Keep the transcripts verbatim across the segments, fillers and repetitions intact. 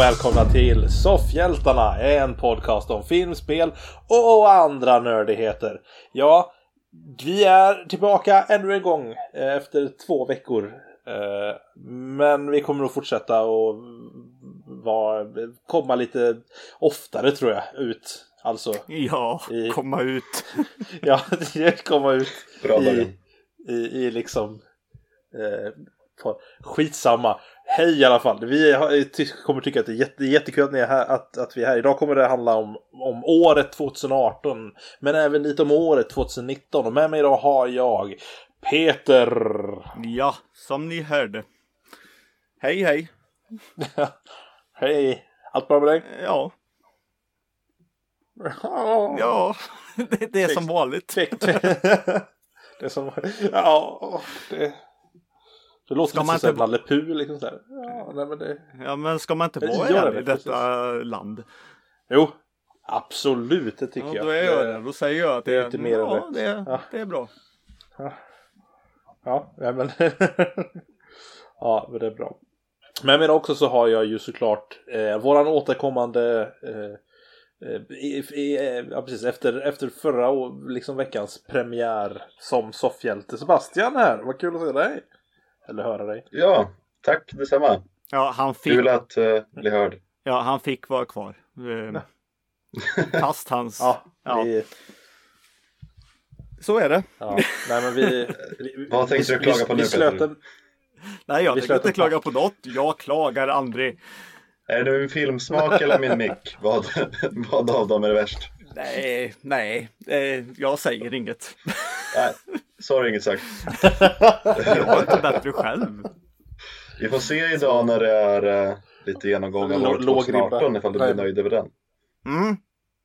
välkomna till Soffhjältarna, en podcast om filmspel och andra nördigheter. Ja, vi är tillbaka ännu en gång efter två veckor. Men vi kommer att fortsätta och vara, komma lite oftare tror jag ut. Alltså ja, i, komma ut. ja, komma ut Bra i, i, i liksom eh, på, skitsamma. Hej i alla fall. Vi har, kommer tycka att det är jätte, jättekul att, ni är här, att, att vi är här. Idag kommer det handla om, om året tjugo arton, men även lite om året tjugo nitton. Och med mig idag har jag Peter. Ja, som ni hörde. Hej, hej. Hej. Allt bra med dig? Ja. Ja, det, det är som vanligt. Det är som... Ja, det... Det låter lite som Nalle Puh liksom så här. Ja, nej, men det... ja, men ska man inte vara här i detta land? Jo, absolut, det tycker ja, jag. Då, är jag det. Då säger jag att det, det är, inte mer ja, än det, är, ja. det är bra. Ja, ja men... ja, men det är bra. Men med också så har jag ju såklart eh, våran återkommande... Eh, I, i, ja, precis, efter, efter förra liksom, veckans premiär som soffhjälte Sebastian här. Vad kul att se dig. Eller höra dig. Ja, tack detsamma. Ja, han fick... Kul att uh, bli hörd. Ja, han fick vara kvar. Uh, fast hans... ja, ja. Vi... Så är det. Ja. Nej, men vi... vi Vad tänkte du klaga på nu, Peter? En... Nej, jag tänkte inte klaga på något. Jag klagar aldrig. Är det min filmsmak eller min mick? Vad, vad av dem är det värst? Nej, nej. Eh, jag säger inget. Nej, så har du inget sagt. Jag är inte bättre själv. Vi får se idag när det är uh, lite genomgång av år tjugo arton ifall du blir nöjd över den. Mm.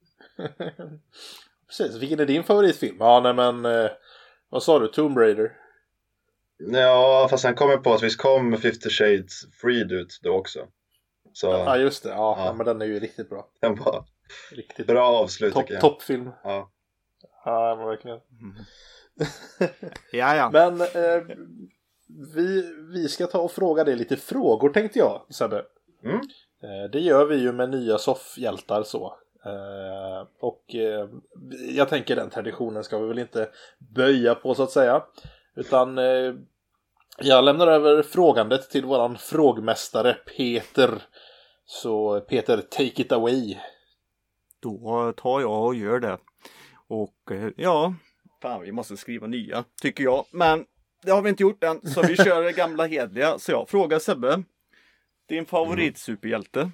Precis, vilken är din favoritfilm? Ja, nej men... Eh, vad sa du? Tomb Raider? Ja, fast sen kommer på att visst kom Fifty Shades Freed ut då också. Så, ja, just det. Ja, ja. Men den är ju riktigt bra. Den var riktigt bra avslut Top, tycker jag. Toppfilm. Ja. Ja, men verkligen. Mm. ja, ja. Men eh, vi, vi ska ta och fråga dig lite frågor tänkte jag, Sebbe. Mm. Eh, det gör vi ju med nya soffhjältar så. Eh, och eh, jag tänker den traditionen ska vi väl inte böja på så att säga. Utan... Eh, jag lämnar över frågandet till våran frågmästare Peter. Så Peter, take it away. Då tar jag och gör det. Och ja, fan vi måste skriva nya, tycker jag. Men det har vi inte gjort än, så vi kör det gamla hedliga. Så jag frågar Sebbe, din favorit superhjälte?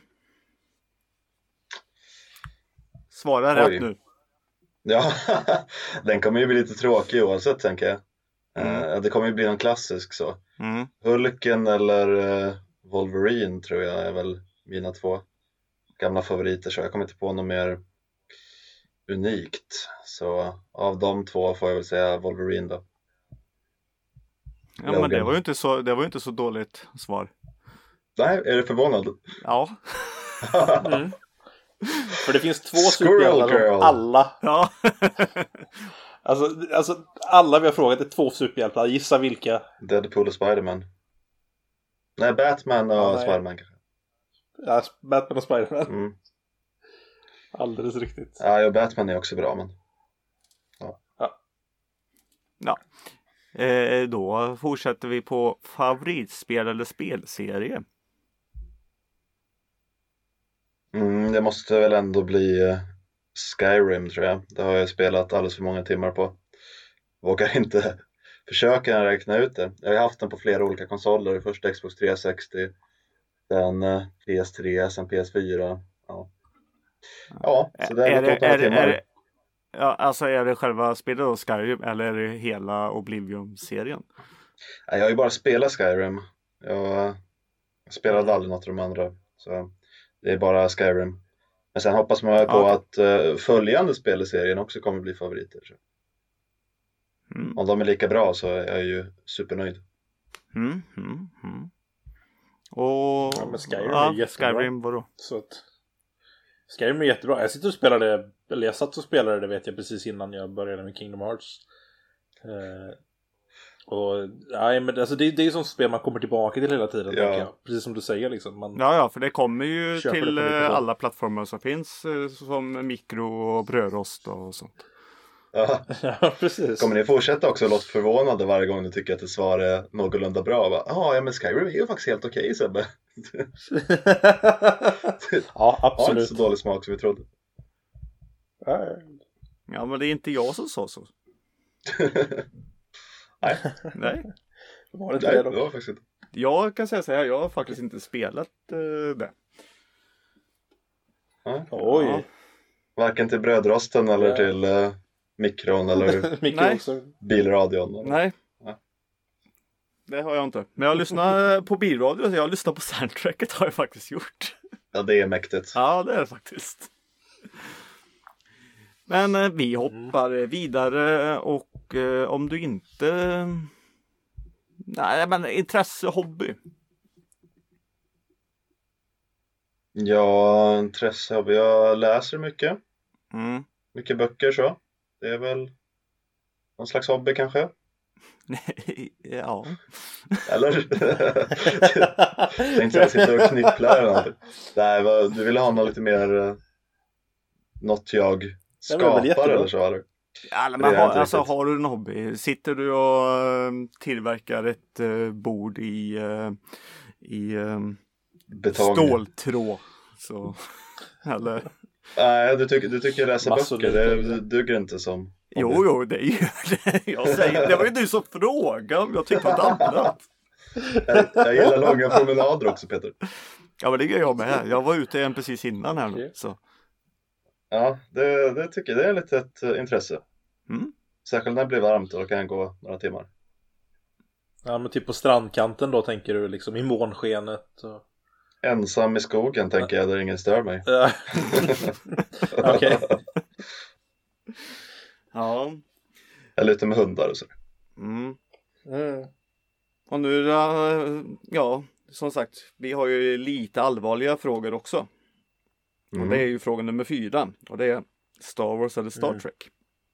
Svara rätt nu. Ja, den kommer ju bli lite tråkig oavsett tänker jag. Mm. Uh, det kommer ju bli någon klassisk så. Mm. Hulken eller uh, Wolverine tror jag är väl mina två gamla favoriter. Så jag kommer inte på något mer unikt. Så av de två får jag väl säga Wolverine då. Ja, Logan. Men det var ju inte så, det var ju inte så dåligt svar. Nej, är du förvånad? Ja. mm. För det finns två superhjältar som alla... Ja. Alltså, alltså, alla vi har frågat är två superhjältar. Gissa vilka? Deadpool och Spider-Man. Nej, Batman och ja, Spider-Man kanske. Ja, Batman och Spider-Man. Mm. Alldeles riktigt. Ja, ja, Batman är också bra, men... Ja. Ja. ja. Eh, då fortsätter vi på favoritspel eller spelserie. Mm, det måste väl ändå bli... Uh... Skyrim tror jag. Det har jag spelat alldeles för många timmar på. Vågar inte försöka räkna ut det. Jag har haft den på flera olika konsoler. Först Xbox trehundrasextio, sen P S tre, sen P S fyra. Ja, ja så det är, är det, är timmar. Är det, ja, alltså är det själva spelet då Skyrim eller är det hela Oblivion-serien? Jag har ju bara spelat Skyrim. Jag spelade aldrig något av de andra. Så det är bara Skyrim. Men sen hoppas man på ja, att uh, följande spel i serien också kommer bli favoriter. Så. Mm. Om de är lika bra så är jag ju supernöjd. Mm, mm, mm. Och ja, men Skyrim ja, är jättebra. Skyrim vadå? Så att Skyrim är jättebra. Jag sitter och spelade, eller jag satt och spelade det vet jag precis innan jag började med Kingdom Hearts. Uh, Och, nej, men alltså det, det är ju som spel man kommer tillbaka till hela tiden, Ja. tänker jag. Precis som du säger liksom. Man, Ja, ja, för det kommer ju Köper till det på eh, mikrofon. alla plattformar som finns. eh, Som mikro och brödrost och sånt. Ja. ja, precis. Kommer ni fortsätta också låta förvånade varje gång ni tycker att ett svar är någorlunda bra? Bara, ah, ja, men Skyrim är ju faktiskt helt okej, Sebbe. ja, Har inte absolut. så dålig smak som vi trodde. Ja, men det är inte jag som sa så. Nej, Nej. Var det inte nej, det det då? var faktiskt inte. Jag kan säga så här, jag har faktiskt inte spelat eh, det. Nej. Oj. Ja. Varken till brödrosten eller Ja. till uh, mikron eller Mikro Nej. också. bilradion. Eller? Nej. Ja. Det har jag inte. Men jag lyssnar på bilradio, så jag lyssnar på soundtracket har jag faktiskt gjort. Ja, det är mäktigt. Ja, det är det faktiskt. Men eh, vi hoppar vidare och eh, om du inte... Nej, men intresse, hobby. Ja, intresse av. Jag läser mycket. Mm. Mycket böcker så. Det är väl någon slags hobby kanske. Ja. Eller? Jag tänkte jag sitter och knipplar eller någonting. Nej, vad, du ville ha något lite mer eh, något jag Ja, men det är väl skapar jättebra. eller så, eller? Ja, Det men är har, inte alltså, riktigt. har du en hobby? Sitter du och eh, tillverkar ett eh, bord i, eh, i eh, Betong. ståltråd? Så, eller? Nej, du, tycker, du tycker läsa Massor böcker, det lite. du duger inte som Jo, hobby. jo, det är ju det. Jag säger, det var ju du som frågade om jag tyckte något annat. Jag, jag gillar långa promenader också, Peter. Ja, men det gör jag med. Jag var ute en precis innan här nu. Okej. Så. Ja, det, det tycker jag. Det är lite ett uh, intresse. Mm. Särskilt när det blir varmt och då kan jag gå några timmar. Ja, men typ på strandkanten då tänker du liksom i månskenet. Och... Ensam i skogen tänker jag, där ingen stör mig. Ja. Okej. Ja. Eller ute med hundar och så. Mm. Mm. Och nu, eh, ja, som sagt, vi har ju lite allvarliga frågor också. Mm. Och det är ju fråga nummer fyra. Och det är Star Wars eller Star Mm. Trek.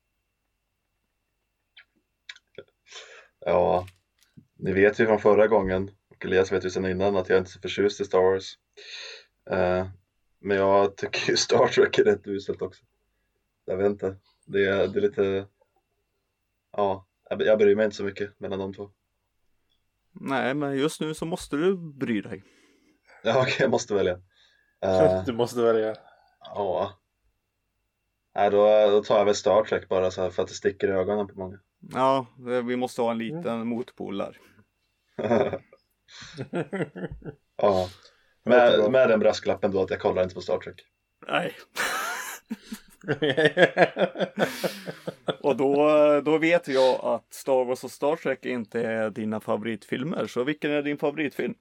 Ja, ni vet ju från förra gången, och Elias vet ju sedan innan, att jag inte är så förtjust i Star Wars. Eh, men jag tycker ju Star Trek är rätt uselt också. Jag vet inte, det är, det är lite, ja, jag, jag bryr mig inte så mycket mellan de två. Nej, men just nu så måste du bry dig. Ja, okej, jag måste välja. Eh, Du måste välja. ja, Nej, då, då tar jag väl Star Trek bara så här för att det sticker i ögonen på många. Ja, det- vi måste ha en liten motpol där. Ja, låter bra. med, med den brasklappen då att jag kollar inte på Star Trek. Nej. Och då, då vet jag att Star Wars och Star Trek inte är dina favoritfilmer. Så vilken är din favoritfilm?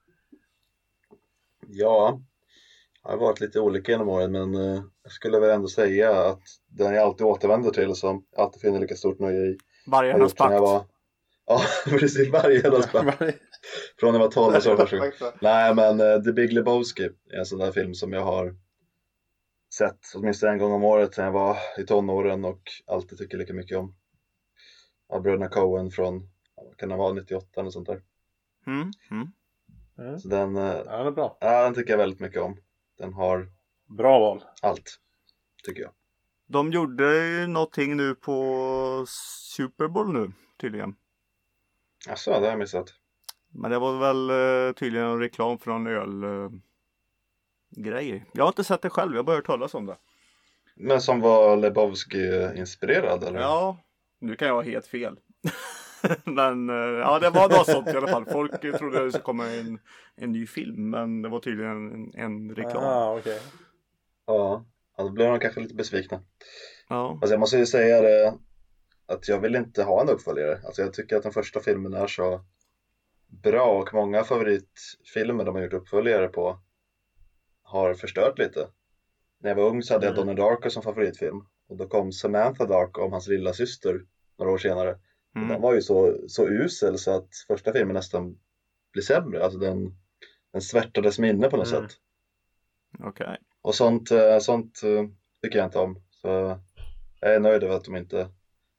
Ja, det har varit lite olika genom åren, men eh, jag skulle väl ändå säga att den jag alltid återvänder till, som jag alltid finner lika stort nöje i, Varje har hennes gjort sedan jag pakt. var... Ja, precis, varje jävla pakt. Från när jag var tolv och så var Nej, men uh, The Big Lebowski är en sån där film som jag har sett åtminstone en gång om året sedan jag var i tonåren och alltid tycker lika mycket om. Av bröderna Coen från, vad kan det vara, nittioåtta eller sånt där. Mm, mm. Mm. Så den, uh, Ja, det är bra. ja, den tycker jag väldigt mycket om. Den har Bra val. allt, tycker jag. De gjorde ju någonting nu på Super Bowl nu, tydligen. Alltså, det har jag missat. Men det var väl eh, tydligen en reklam för någon öl eh, grej. Jag har inte sett det själv, jag har bara hört talas om det. Men som var Lebowski-inspirerad, eller? Ja, nu kan jag ha helt fel. Men eh, ja, det var något sånt i alla fall. Folk eh, trodde det skulle komma en, en ny film, men det var tydligen en, en reklam. Ah, okej. Ja, ja, då blev de kanske lite besvikna. Ja. Alltså jag måste ju säga det, att jag vill inte ha en uppföljare. Alltså jag tycker att den första filmen är så bra, och många favoritfilmer de har gjort uppföljare på har förstört lite. När jag var ung så hade jag Mm. Donnie Darko som favoritfilm, och då kom Samantha Dark om hans lilla syster några år senare. Mm. Den var ju så, så usel så att första filmen nästan blir sämre. Alltså den, den svärtades minne på något Mm. sätt. Okej. Och sånt, eh, sånt eh, tycker jag inte om. Så jag är nöjd över att de inte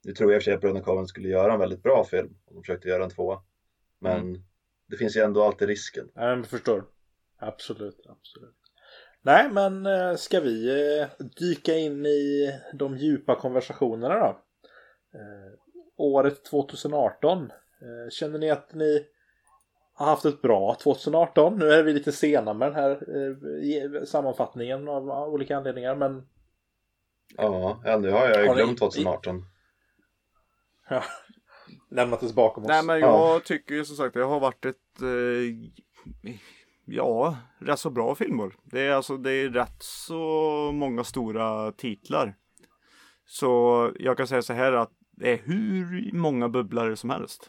Nu tror jag i och för sig att Bröderna Coen skulle göra en väldigt bra film om de försökte göra en tvåa. Men Mm. det finns ju ändå alltid risken. Ja, jag förstår. Absolut, absolut. Nej, men eh, ska vi eh, dyka in i de djupa konversationerna då? Eh, året tjugo arton. Eh, känner ni att ni har haft ett bra tjugo arton? Nu är vi lite sena med den här eh, sammanfattningen av, av olika anledningar, men... Ja, ändå har jag Har ni- glömt tjugo arton. Ja, lämnat oss bakom oss. Nej, men jag Ja. tycker ju som sagt det har varit ett eh, ja, rätt så bra filmer. Det är alltså det är rätt så många stora titlar. Så jag kan säga så här att det är hur många bubblare som helst.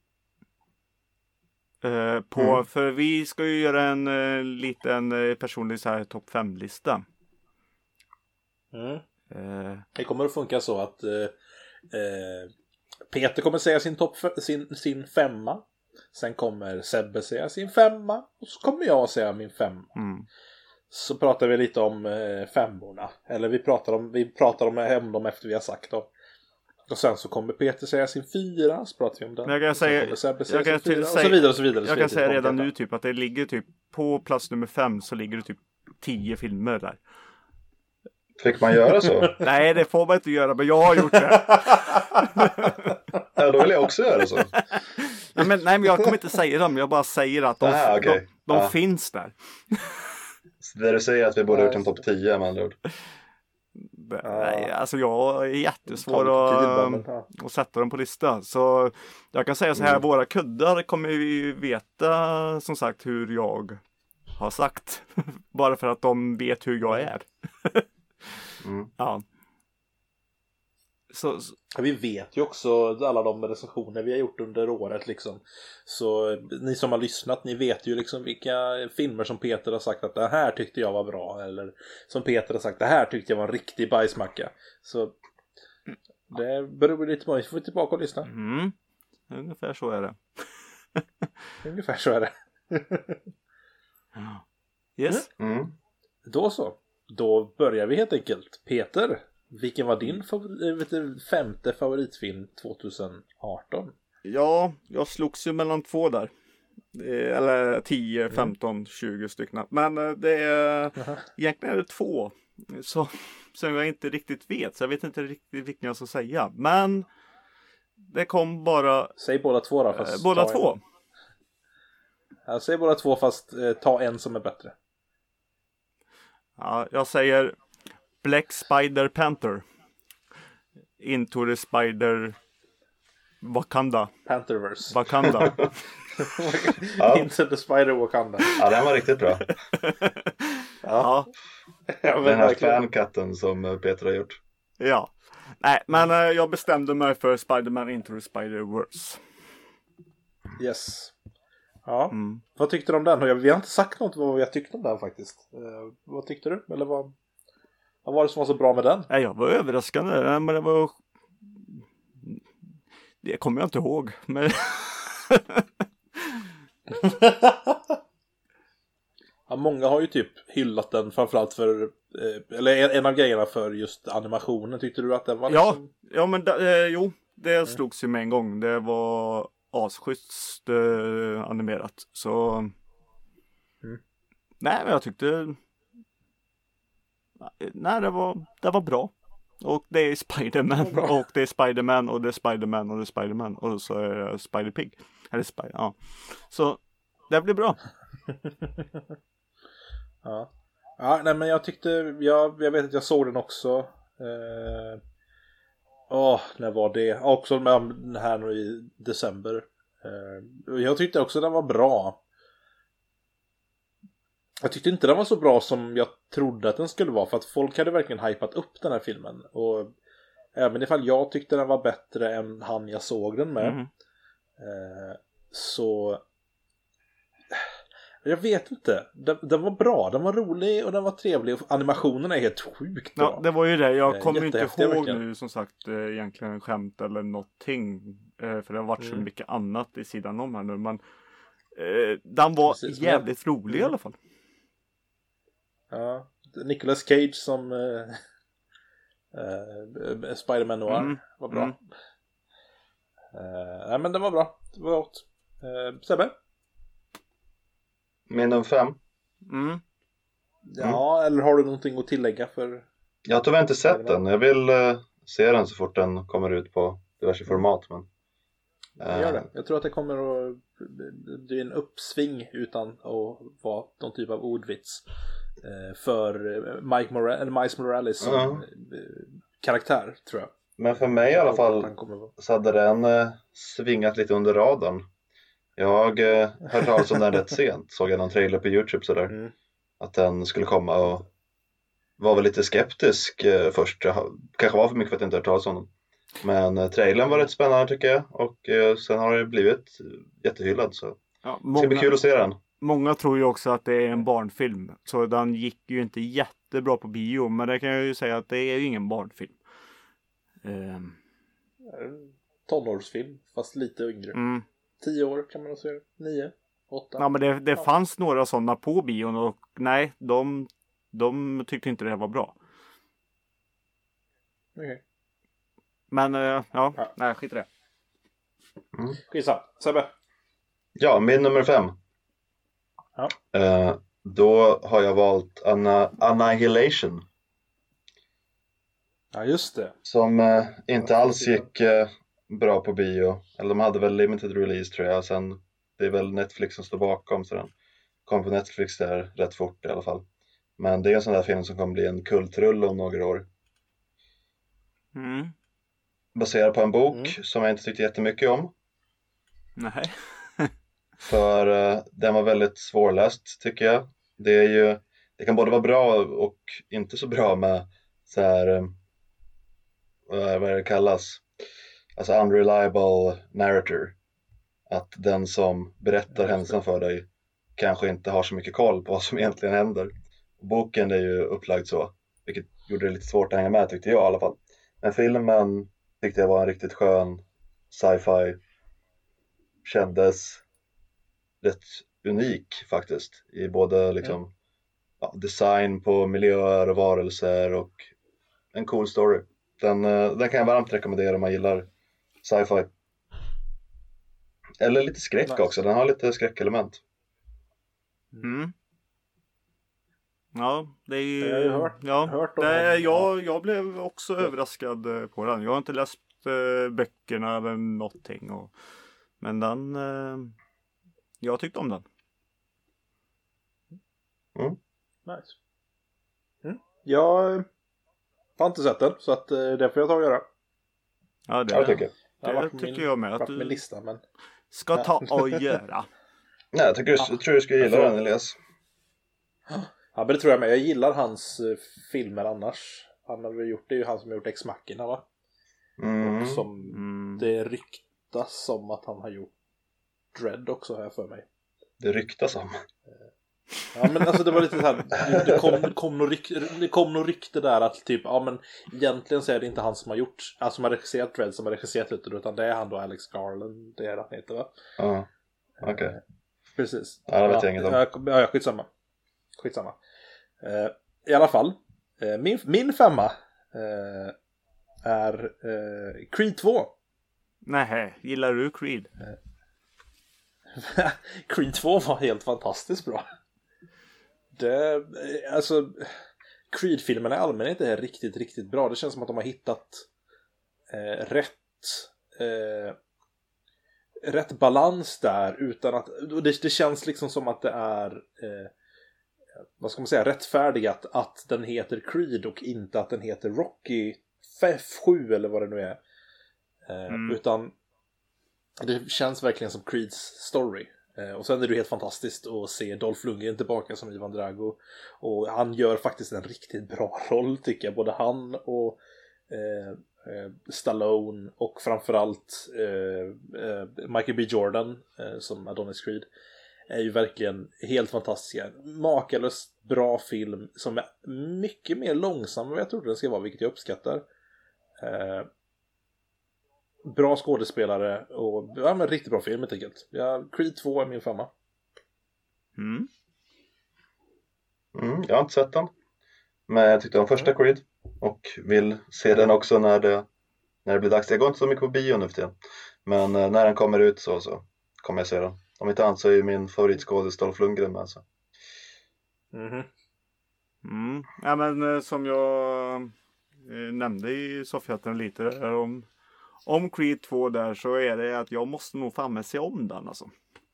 Eh, på, Mm. För vi ska ju göra en eh, liten eh, personlig så här topp fem-lista. Mm. Eh, Det kommer att funka så att eh, eh, Peter kommer säga sin, topp, sin, sin femma. Sen kommer Sebbe säga sin femma. Och så kommer jag säga min femma. mm. Så pratar vi lite om eh, femmorna. Eller vi pratar om, vi pratar om, om dem efter vi har sagt dem. Och sen så kommer Peter säga sin fyra. Så pratar vi om den. Men jag kan Och sen säga- kommer Sebbe säga jag kan sin fyra. säga- Och så vidare och så vidare. så Jag vidare kan säga till redan Peter. nu typ att det ligger typ på plats nummer fem så ligger det typ tio filmer där. Fick man göra så? Nej, det får man inte göra, men jag har gjort det. Ja, då vill jag också göra så. Nej, men, nej, men jag kommer inte säga dem. Jag bara säger att de, Ah, okej. de, de Ja. finns där. Så det du säger att vi borde ha gjort en topp tio med andra ord. Det- Nej, alltså jag är jättesvår Ta lite tid bara, men, att, ja. att sätta dem på listan. Så jag kan säga så här, Mm. våra kuddar kommer ju veta som sagt hur jag har sagt. Bara för att de vet hur jag är. Mm. Ja. Så, så Vi vet ju också alla de recensioner vi har gjort under året liksom. Så ni som har lyssnat, ni vet ju liksom vilka filmer som Peter har sagt att det här tyckte jag var bra. Eller som Peter har sagt, det här tyckte jag var en riktig bajsmacka. Så det beror lite på, vi får tillbaka och lyssna. mm, ungefär så är det. Ungefär så är det. Yes. Mm. Då så. Då börjar vi helt enkelt. Peter, vilken var din favor- vet du, femte favoritfilm tjugo arton? Ja, jag slogs ju mellan två där. Eh, Eller tio, femton, tjugo stycken. Men eh, det är egentligen är det två. Så, som jag inte riktigt vet. Så jag vet inte riktigt vilken jag ska säga. Men det kom bara Säg båda två då. eh, Fast båda ta två. En. Ja, säg båda två fast eh, ta en som är bättre. Ja, jag säger Black Spider Panther. Into the Spider Wakanda. Pantherverse. Wakanda. Ja. Into the Spider Wakanda. Ja, den var riktigt bra. Ja, Ja, men Den här verkligen. fankatten som eh, Peter har gjort. ja. Nej, men eh, jag bestämde mig för Spider-Man Into the Spider-Verse. Yes. Ja. Mm. Vad tyckte du om den? Och jag- Vi har inte sagt något vad vi har tyckt om den faktiskt. Eh, vad tyckte du? Eller vad, vad var det som var så bra med den? Nej, jag var överraskande. Nej, men det var... Det kommer jag inte ihåg. Men... Ja, många har ju typ hyllat den framförallt för, eh, eller en, en av grejerna för just animationen. Tyckte du att den var ja, liksom... ja, men da, eh, jo, det slogs ju med en gång. Det var asschysst eh, animerat. Så... Mm. Nej, men jag tyckte... Nej, det var, det var bra. Och det är Spider-Man. Bra. Och det är Spider-Man. Och det är Spider-Man. Och det är Spider-Man. Och så är det Spider-Pig. Eller Spider... Ja. Så det blir bra. Ja. Ja, nej men jag tyckte, jag, jag vet att jag såg den också. Eh, Åh, när var det? Också med den här nu i december. Eh, jag tyckte också den var bra. Jag tyckte inte den var så bra som jag trodde att den skulle vara. För att folk hade verkligen hypat upp den här filmen. Och även ifall jag tyckte den var bättre än han jag såg den med. Mhm. Eh, så... Jag vet inte. Den, den var bra. Den var rolig och den var trevlig. Och animationerna är helt sjukt bra. Ja, det var ju det. Jag Eh, kommer inte jättehäftiga ihåg verkligen. nu som sagt eh, egentligen skämt eller någonting. Eh, för det har varit så Mm. mycket annat i sidan om här nu. Men eh, den var Precis, men- jävligt rolig i Mm. alla fall. Ja. Nicolas Cage som... Eh, Uh, Spider-Man Noir Mm. var bra. Mm. Uh, nej men det var bra. Det var gott. Uh, Sebbe? Min nummer fem. Mm. Ja, eller har du någonting att tillägga för... Jag har tyvärr inte sett den. Jag vill uh, se den så fort den kommer ut på diverse format. Men, uh, Gör det. Jag tror att det kommer att bli en uppsving utan att vara någon typ av ordvits uh, för Mike Mora- eller Miles Morales som uh. uh, karaktär, tror jag. Men för mig i alla fall så hade den uh, svingat lite under radarn. Jag uh, hörde talas om den rätt sent. Såg jag någon trailer på YouTube sådär. Mm. Att den skulle komma och var väl lite skeptisk uh, först. Jag, kanske var för mycket för att jag inte hört talas om den. Men uh, trailern var rätt spännande tycker jag. Och uh, sen har det blivit uh, jättehyllad. Så ja, många, det ska bli kul att se den. Många tror ju också att det är en barnfilm. Så den gick ju inte jättebra på bio. Men det kan jag ju säga att det är ju ingen barnfilm. Um. Tonårsfilm, fast lite yngre. Mm. Tio år kan man säga. Nio, åtta. Ja, men det, det ja. fanns några sådana på bion och nej, de, de tyckte inte det var bra. Okej. Okay. Men ja, ja, nej, skit i det. Mm. Skitsamma. Sebbe? Ja, min nummer fem. Ja. Uh, då har jag valt Anna- Annihilation. Ja, just det. Som uh, inte alls gick uh, bra på bio. Eller de hade väl limited release tror jag. Sen, det är väl Netflix som står bakom. Så den kom på Netflix där rätt fort i alla fall. Men det är en sån där film som kommer bli en kultrull om några år. Mm. Baserad på en bok mm. som jag inte tyckte jättemycket om. Nej. För uh, den var väldigt svårläst tycker jag. Det är ju, det kan både vara bra och inte så bra med så här, uh, vad är det kallas? Alltså unreliable narrator. Att den som berättar händelsen för dig kanske inte har så mycket koll på vad som egentligen händer. Boken är ju upplagd så, vilket gjorde det lite svårt att hänga med tyckte jag i alla fall. Men filmen tyckte jag var en riktigt skön sci-fi. Kändes rätt unik faktiskt i både liksom mm. ja, design på miljöer och varelser och en cool story. Den, den kan jag varmt rekommendera om man gillar sci-fi. Eller lite skräck nice. Också, den har lite skräckelement. Mm. Ja, det är ju... Jag har ju hört, ja, hört om det, jag, jag blev också ja. överraskad på den. Jag har inte läst äh, böckerna eller någonting. Och, men den... Äh, jag tyckte om den. Mm. Nice. Mm. Jag har inte sett den, så att äh, det får jag ta och göra. Ja, det, jag tycker, det jag tycker min, jag med. Att du min lista, men... ska ta och göra. Nej, jag, tycker, jag tror du ska gilla den, Elias. Ja, men det tror jag med. Jag gillar hans uh, filmer annars. Han har väl gjort, det är ju han som har gjort Ex Machina, va? Mm. Och som mm. det ryktas som att han har gjort Dread också, här för mig. Det ryktas om. Ja, men alltså det var lite så här, det kom, det kom något rykte, det kom något rykte där att typ, ja men egentligen så är det inte han som har gjort, alltså som har regisserat Dread som har regisserat det, utan det är han då, Alex Garland, det är han heter, va? Ja, okej. Okay. Eh, precis. Ja, det vet jag inget om. Ja, ja, skitsamma. Skitsamma. Eh, I alla fall, eh, min, min femma eh, är eh, Creed två. Nej, gillar du Creed? Creed två var helt fantastiskt bra. Det, alltså Creed-filmerna i allmänhet är riktigt, riktigt bra. Det känns som att de har hittat eh, rätt eh, rätt balans där utan att, det, det känns liksom som att det är eh, vad ska man säga, rättfärdigat att den heter Creed och inte att den heter Rocky sju eller vad det nu är. Eh, mm. Utan det känns verkligen som Creeds story. Eh, och sen är det helt fantastiskt att se Dolph Lundgren tillbaka som Ivan Drago. Och han gör faktiskt en riktigt bra roll tycker jag. Både han och eh, eh, Stallone och framförallt eh, eh, Michael B. Jordan eh, som Adonis Creed är ju verkligen helt fantastiska. Makalöst bra film som är mycket mer långsam än vad jag trodde den ska vara, vilket jag uppskattar. Eh, bra skådespelare och ja, men riktigt bra film helt enkelt. Ja, Creed två är min femma. Mm. Mm, jag har inte sett den. Men jag tyckte om första Creed och vill se den också när det, när det blir dags. Jag går inte så mycket på bio nu för tiden. Men eh, när den kommer ut så, så kommer jag se den. Om inte annat så är ju min favoritskådis Dolph Lundgren med. Alltså. Mhm. Mm. Ja, men eh, som jag eh, nämnde i soffhjälten lite där, om, om Creed två där, så är det att jag måste nog fan med se om den alltså.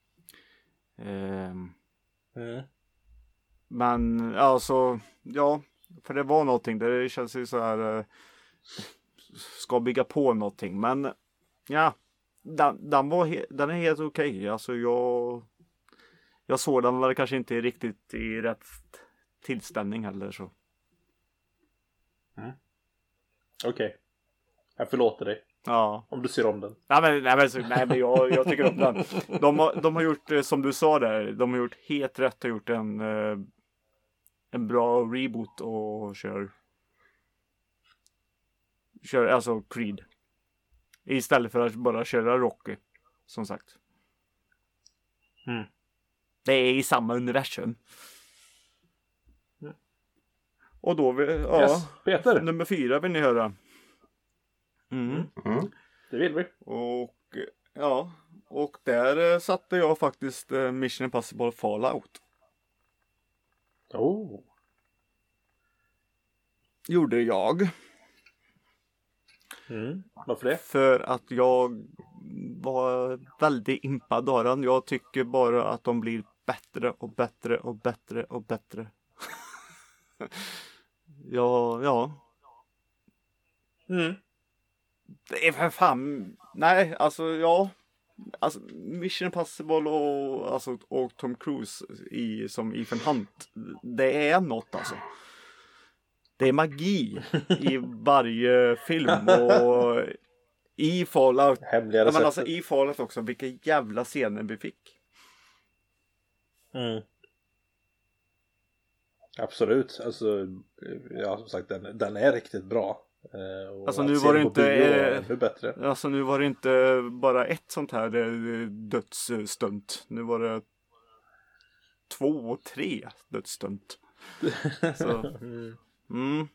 Ehm, Mm. men alltså, ja, för det var någonting där det känns ju så här eh, ska bygga på någonting, men ja, den, den, var he- den är helt okej. Okay. Alltså jag jag såg den väl kanske inte riktigt i rätt tillställning heller så. Mm. Okej. Okay. Jag förlåter dig. Ja. Om du ser om den. Nej men, nej, men, så, nej, men jag, jag tycker om den. De har, de har gjort, eh, som du sa där, de har gjort helt rätt. Har gjort en, eh, en bra reboot och kör, kör alltså Creed. Istället för att bara köra Rocky, som sagt. Mm. Det är i samma universum. Mm. Och då, vill, ja, Yes, Peter. nummer fyra vill ni höra. Mm. Mm. Det vill vi. Och ja, och där eh, satte jag faktiskt eh, Mission Impossible Fallout. Oh. Gjorde jag. Mm. Varför det? För att jag var väldigt impad av den. Jag tycker bara att de blir bättre och bättre och bättre och bättre. ja, ja. Mm. Det är för fan. Nej, alltså ja. Alltså Mission Impossible och, alltså, och Tom Cruise i, som Ethan Hunt. Det är något alltså. Det är magi i varje film och i Fallout. Hemliga Ja, men receptet. alltså i Fallout också, vilka jävla scener vi fick. Mm. Absolut. Alltså, ja, som sagt, den, den är riktigt bra. Eh, och Alltså att nu se var det den på inte bio var eh, ännu bättre. Alltså nu var det inte bara ett sånt här eh, dödsstunt. Nu var det två, tre dödsstunt. Så Mm. mm.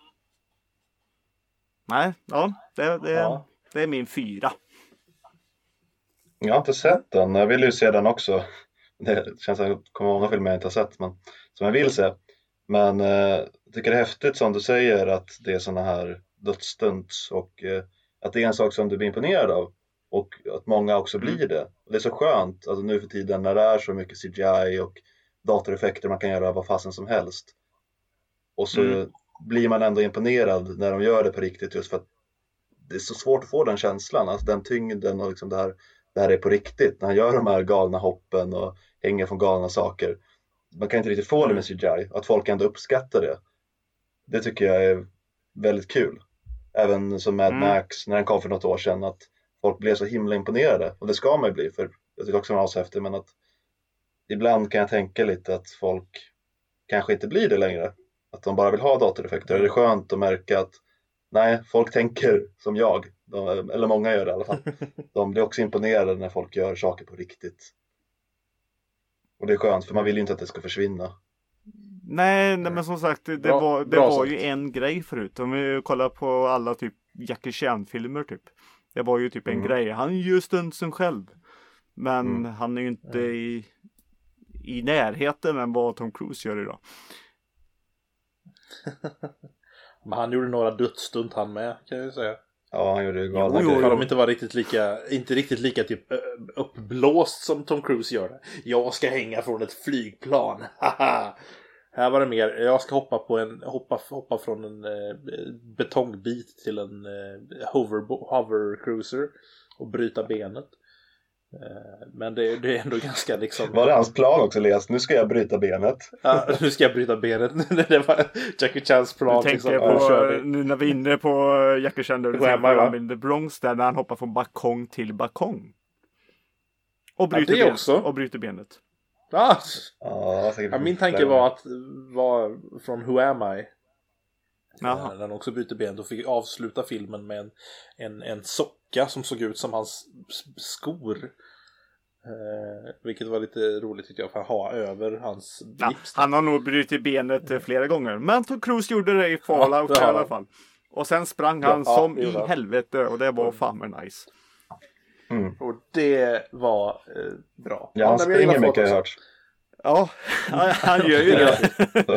Nej, ja, det, det, Ja. det är min fyra. Jag har inte sett den. Jag vill ju se den också. Det känns som att det kommer många filmer jag inte har sett, men som jag vill se. Men eh, jag tycker det är häftigt som du säger att det är såna här dödsstunts och eh, att det är en sak som du blir imponerad av och att många också Mm. blir det. Och det är så skönt alltså nu för tiden när det är så mycket C G I och datoreffekter, man kan göra vad fasen som helst. Och så Mm. blir man ändå imponerad när de gör det på riktigt, just för att det är så svårt att få den känslan, alltså den tyngden och liksom det här, det här är på riktigt. När han gör de här galna hoppen och hänger från galna saker. Man kan inte riktigt få det med C G I. Att folk ändå uppskattar det. Det tycker jag är väldigt kul. Även som Mad Mm. Max när den kom för något år sedan. Att folk blev så himla imponerade. Och det ska man ju bli, för jag tycker också den är ashäftig. Men att ibland kan jag tänka lite att folk kanske inte blir det längre. Att de bara vill ha datoreffekter. Det är skönt att märka att nej, folk tänker som jag. De, eller många gör det i alla fall. De blir också imponerade när folk gör saker på riktigt. Och det är skönt, för man vill ju inte att det ska försvinna. Nej, nej men som sagt, det, det Bra- var, det bra var sagt. ju en grej förut. Om vi kollar på alla typ Jackie Chan-filmer typ. Det var ju typ en Mm. grej. Han gör stuntsen själv. Men Mm. han är ju inte i, i närheten än vad Tom Cruise gör idag. Men han gjorde några dödsstunt han med, kan jag ju säga. Ja, han gjorde ju Jo, galna jo, För grejer. de inte var riktigt lika, inte riktigt lika typ ö, uppblåst som Tom Cruise gör det. Jag ska hänga från ett flygplan. Haha. Här var det mer, jag ska hoppa på en hoppa, hoppa från en eh, betongbit till en eh, hover, hover cruiser och bryta benet. Eh, men det, det är ändå ganska liksom. Var det hans plan också, Elias? Nu ska jag bryta benet. Ja, nu ska jag bryta benet. Det var Jackie Chans Du plan. tänker Liksom. på, Nu kör vi. nu när vi är inne på Jackie Chan, du Who tänker am på I, va? Rumble in the Bronx där när han hoppar från balkong till balkong. Och bryter, det benet, också. och bryter benet. Ah, Ja, säkert ja, min tanke flera var att var från Who Am I? Jaha. När han också bryter benet och fick avsluta filmen med en, en, en socka som såg ut som hans s- skor. Eh, vilket var lite roligt tyckte jag, för att ha över hans Ja, blips. han har nog brutit benet eh, flera gånger. Men Tom Cruise gjorde det i Fallout Ja, i alla fall. Och sen sprang han Ja, som det gjorde i han. helvete. Och det var fan med nice. Mm. Och det var eh, bra. Ja, han men jag gillar springer mycket har jag Fallout hört. Ja, han, han gör ju det.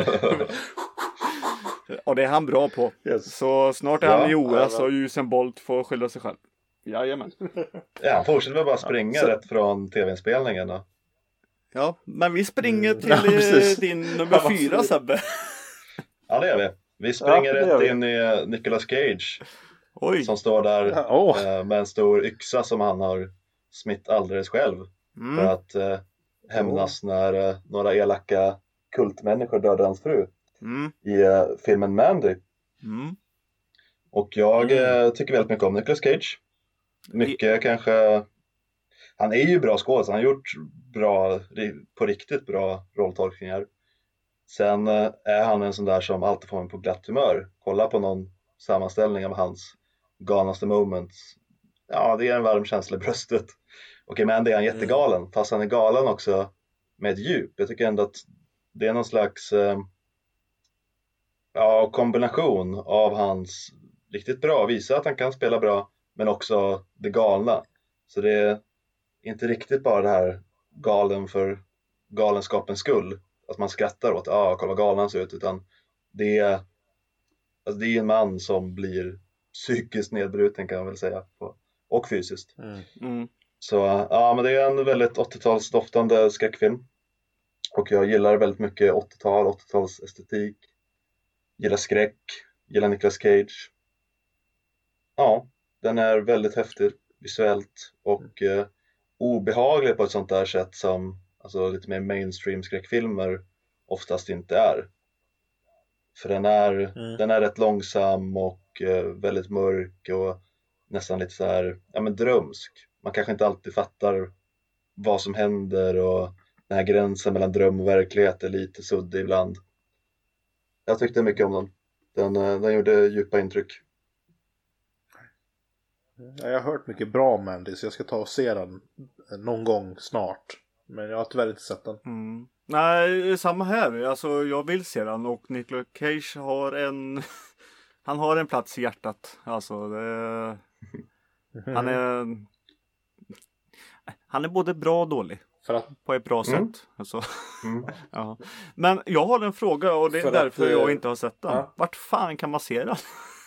Och det är han bra på. Yes. Så snart är Ja, han i O S ja, och Usain Bolt får skylla sig själv. Jajamän. Ja, han fortsätter väl bara springa Ja, så- rätt från tv-inspelningen då. Ja, men vi springer Mm. till Ja, precis. eh, din nummer Ja, vad fyra, fint. Sebbe. Ja, det gör vi. Vi springer Ja, det gör rätt vi. in i eh, Nicolas Cage Oj. som står där Ja, åh. eh, med en stor yxa som han har smitt alldeles själv för Mm. att eh, hämnas när eh, några elaka kultmänniskor dödade hans fru Mm. i eh, filmen Mandy. Mm. Och jag Mm. eh, tycker väldigt mycket om Nicolas Cage. Mycket kanske... Han är ju bra skådis, han har gjort bra, på riktigt bra rolltolkningar. Sen eh, är han en sån där som alltid får mig på glatt humör. Kolla på någon sammanställning av hans galnaste moments. Ja, det är en varm känsla i bröstet. Och i Mandy är han jättegalen, fast han är galen också med ett djup. Jag tycker ändå att det är någon slags eh, ja, kombination av hans riktigt bra, visa att han kan spela bra, men också det galna. Så det är inte riktigt bara det här galen för galenskapens skull. Att man skrattar åt, ja, ah, kolla vad galen han ser ut. Utan det är, alltså det är en man som blir psykiskt nedbruten kan man väl säga. På, och fysiskt. Mm. Mm. Så ja, men det är en väldigt åttiotalsdoftande skräckfilm. Och jag gillar väldigt mycket åttiotal, åttiotalsestetik. estetik. Gillar skräck, gillar Nicolas Cage. Ja, den är väldigt häftig visuellt och eh, obehaglig på ett sånt där sätt som alltså, lite mer mainstream skräckfilmer oftast inte är. För den är, Mm. den är rätt långsam och eh, väldigt mörk och nästan lite så här, ja men drömsk. Man kanske inte alltid fattar vad som händer och den här gränsen mellan dröm och verklighet är lite suddig ibland. Jag tyckte mycket om den. Den, eh, den gjorde djupa intryck. Ja, jag har hört mycket bra om Mandy, så jag ska ta och se den någon gång snart. Men jag har tyvärr inte sett den. Mm. Nej, samma här. Alltså, jag vill se den och Nicolas Cage har en han har en plats i hjärtat. Alltså, det... han är han är både bra och dålig. För att, På ett bra Mm. sätt. Alltså, Mm. ja. Men jag har en fråga och det är För att, därför jag eh, inte har sett den. ja. Vart fan kan man se den?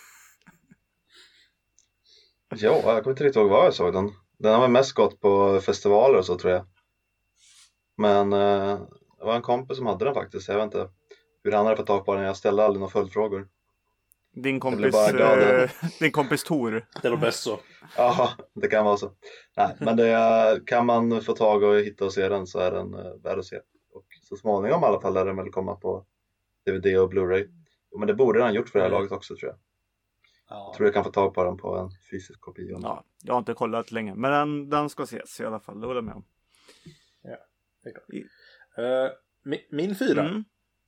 Ja, jag kommer inte riktigt ihåg var jag såg den. Den har väl mest gått på festivaler och så tror jag. Men eh, det var en kompis som hade den faktiskt. Jag vet inte hur han hade fått tag på den. Jag ställde aldrig några följdfrågor. Din blir kompis, bara glad. eh, din kompis Tor. det är nog bäst så. Ja, det kan vara så. Nej, men det är, kan man få tag och hitta och se den så är den eh, värd att se. Och så småningom i alla fall är den väl komma på D V D och Blu-ray. Men det borde den ha gjort för det här Mm. laget också tror jag. Ja. Jag tror jag kan få tag på den på en fysisk kopia. Ja, jag har inte kollat länge. Men den, den ska ses i alla fall. Det håller jag med om. Det är klart. Eh, min, min fyra Mm.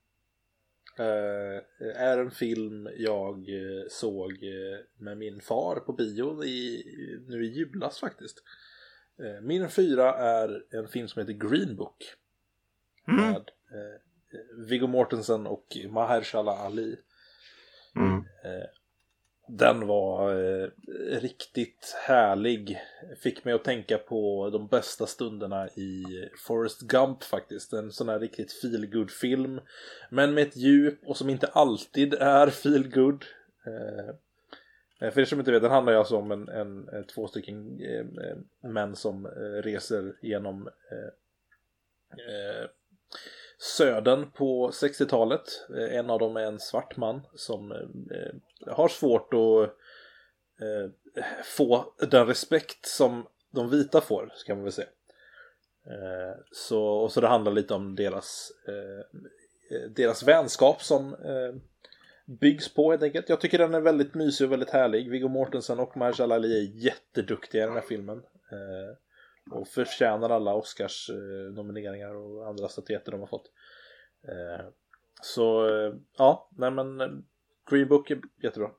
eh, är en film jag eh, såg eh, med min far på bio i, nu i julas faktiskt. Eh, min fyra är en film som heter Green Book. Mm. Med eh, Viggo Mortensen och Mahershala Ali. Mm. Eh, Den var eh, riktigt härlig. Fick mig att tänka på de bästa stunderna i Forrest Gump faktiskt. En sån här riktigt feel-good film. Men med ett djup och som inte alltid är feel-good. Eh, för er som inte vet, den handlar ju alltså om en, en, en två stycken eh, män som eh, reser genom eh, eh, södern på sextiotalet. En av dem är en svart man som eh, har svårt att eh, få den respekt som de vita får, ska man väl säga. Eh, så, och så det handlar lite om deras eh, deras vänskap som eh, byggs på helt enkelt. Jag tycker den är väldigt mysig och väldigt härlig. Viggo Mortensen och Mahershala Ali är jätteduktiga i den här filmen. Eh, och förtjänar alla Oscars eh, nomineringar och andra statyetter de har fått. Eh, så eh, ja, nej men eh, Green Book är jättebra.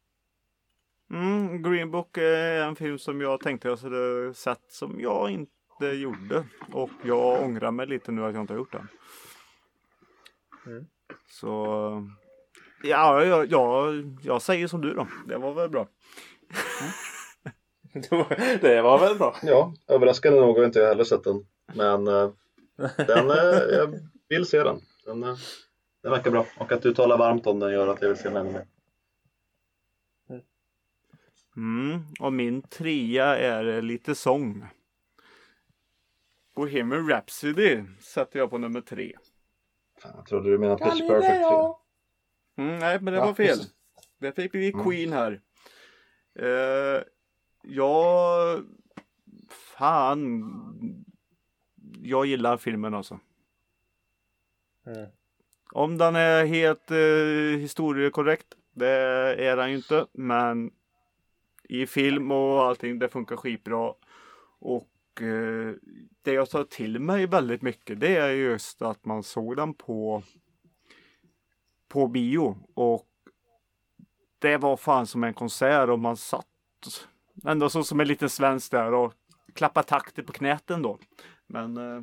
Mm, Green Book är en film som jag tänkte jag skulle sett som jag inte det gjorde. Och jag ångrar mig lite nu att jag inte har gjort det. Mm. Så ja, ja, ja, jag säger som du då. Det var väl bra. Det var väl bra. Ja, överraskande nog har inte jag heller sett den. Men uh, den, uh, jag vill se den. Den, uh, den verkar bra. Och att du talar varmt om den gör att jag vill se den ännu mer. Mm, och min trea är lite sång. Bohemian Rhapsody sätter jag på nummer tre. Fan, jag trodde du menade Pitch Perfect tre. Mm, nej, men det Ja, var fel. precis. Det fick bli Mm. Queen här. Uh, jag... Fan. Jag gillar filmen alltså. Mm. Om den är helt uh, historiekorrekt. Det är den ju inte. Men i film och allting, det funkar skitbra. Och uh, det jag tar till mig väldigt mycket, det är just att man såg den på på bio. Och det var fan som en konsert och man satt ändå så som en liten svensk där och klappa takter på knäten då. Men eh...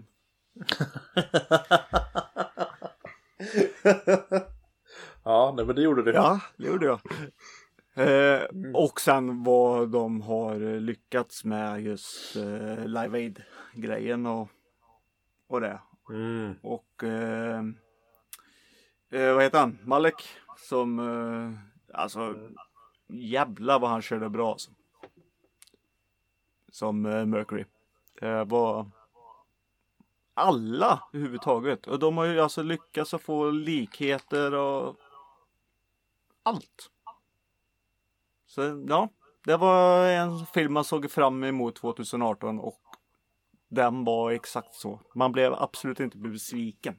Ja, nej, men det gjorde du. ja, det gjorde jag. Eh, och sen vad de har lyckats med just eh, Live Aid-grejen och, och det. Mm. Och eh, eh, vad heter han? Malek som eh, alltså jävla vad han körde bra alltså. Som eh, Mercury. Det var alla överhuvudtaget. Och de har ju alltså lyckats att få likheter och allt. Så ja, det var en film man såg fram emot tjugo arton och den var exakt så. Man blev absolut inte besviken.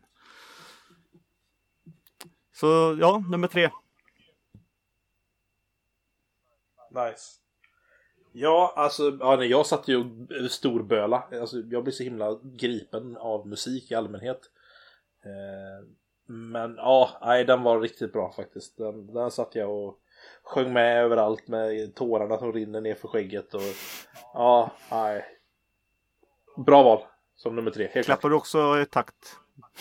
Så ja, nummer tre. Nice. Ja, alltså, ja, nej, jag satt ju och storböla. Alltså, jag blir så himla gripen av musik i allmänhet. Eh, men ja, nej, den var riktigt bra faktiskt. Den, den satt jag och sjöng med överallt med tårarna som rinner ner för skägget. Och ja, nej. Bra val som nummer tre, helt klart. Klappar du också i takt?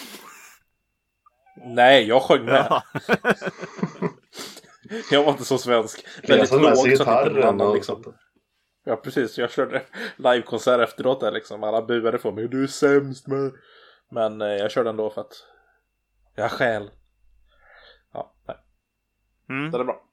Nej, jag sjöng med. Ja. Jag var inte så svensk. Jag såg med sig låg så att inte någon gitarren annan och liksom. Ja, precis. Jag körde livekonsert efteråt där liksom. Alla buade för mig. Du är sämst med. Men eh, jag körde ändå för att jag skäl. Ja, nej. Mm. Det är bra.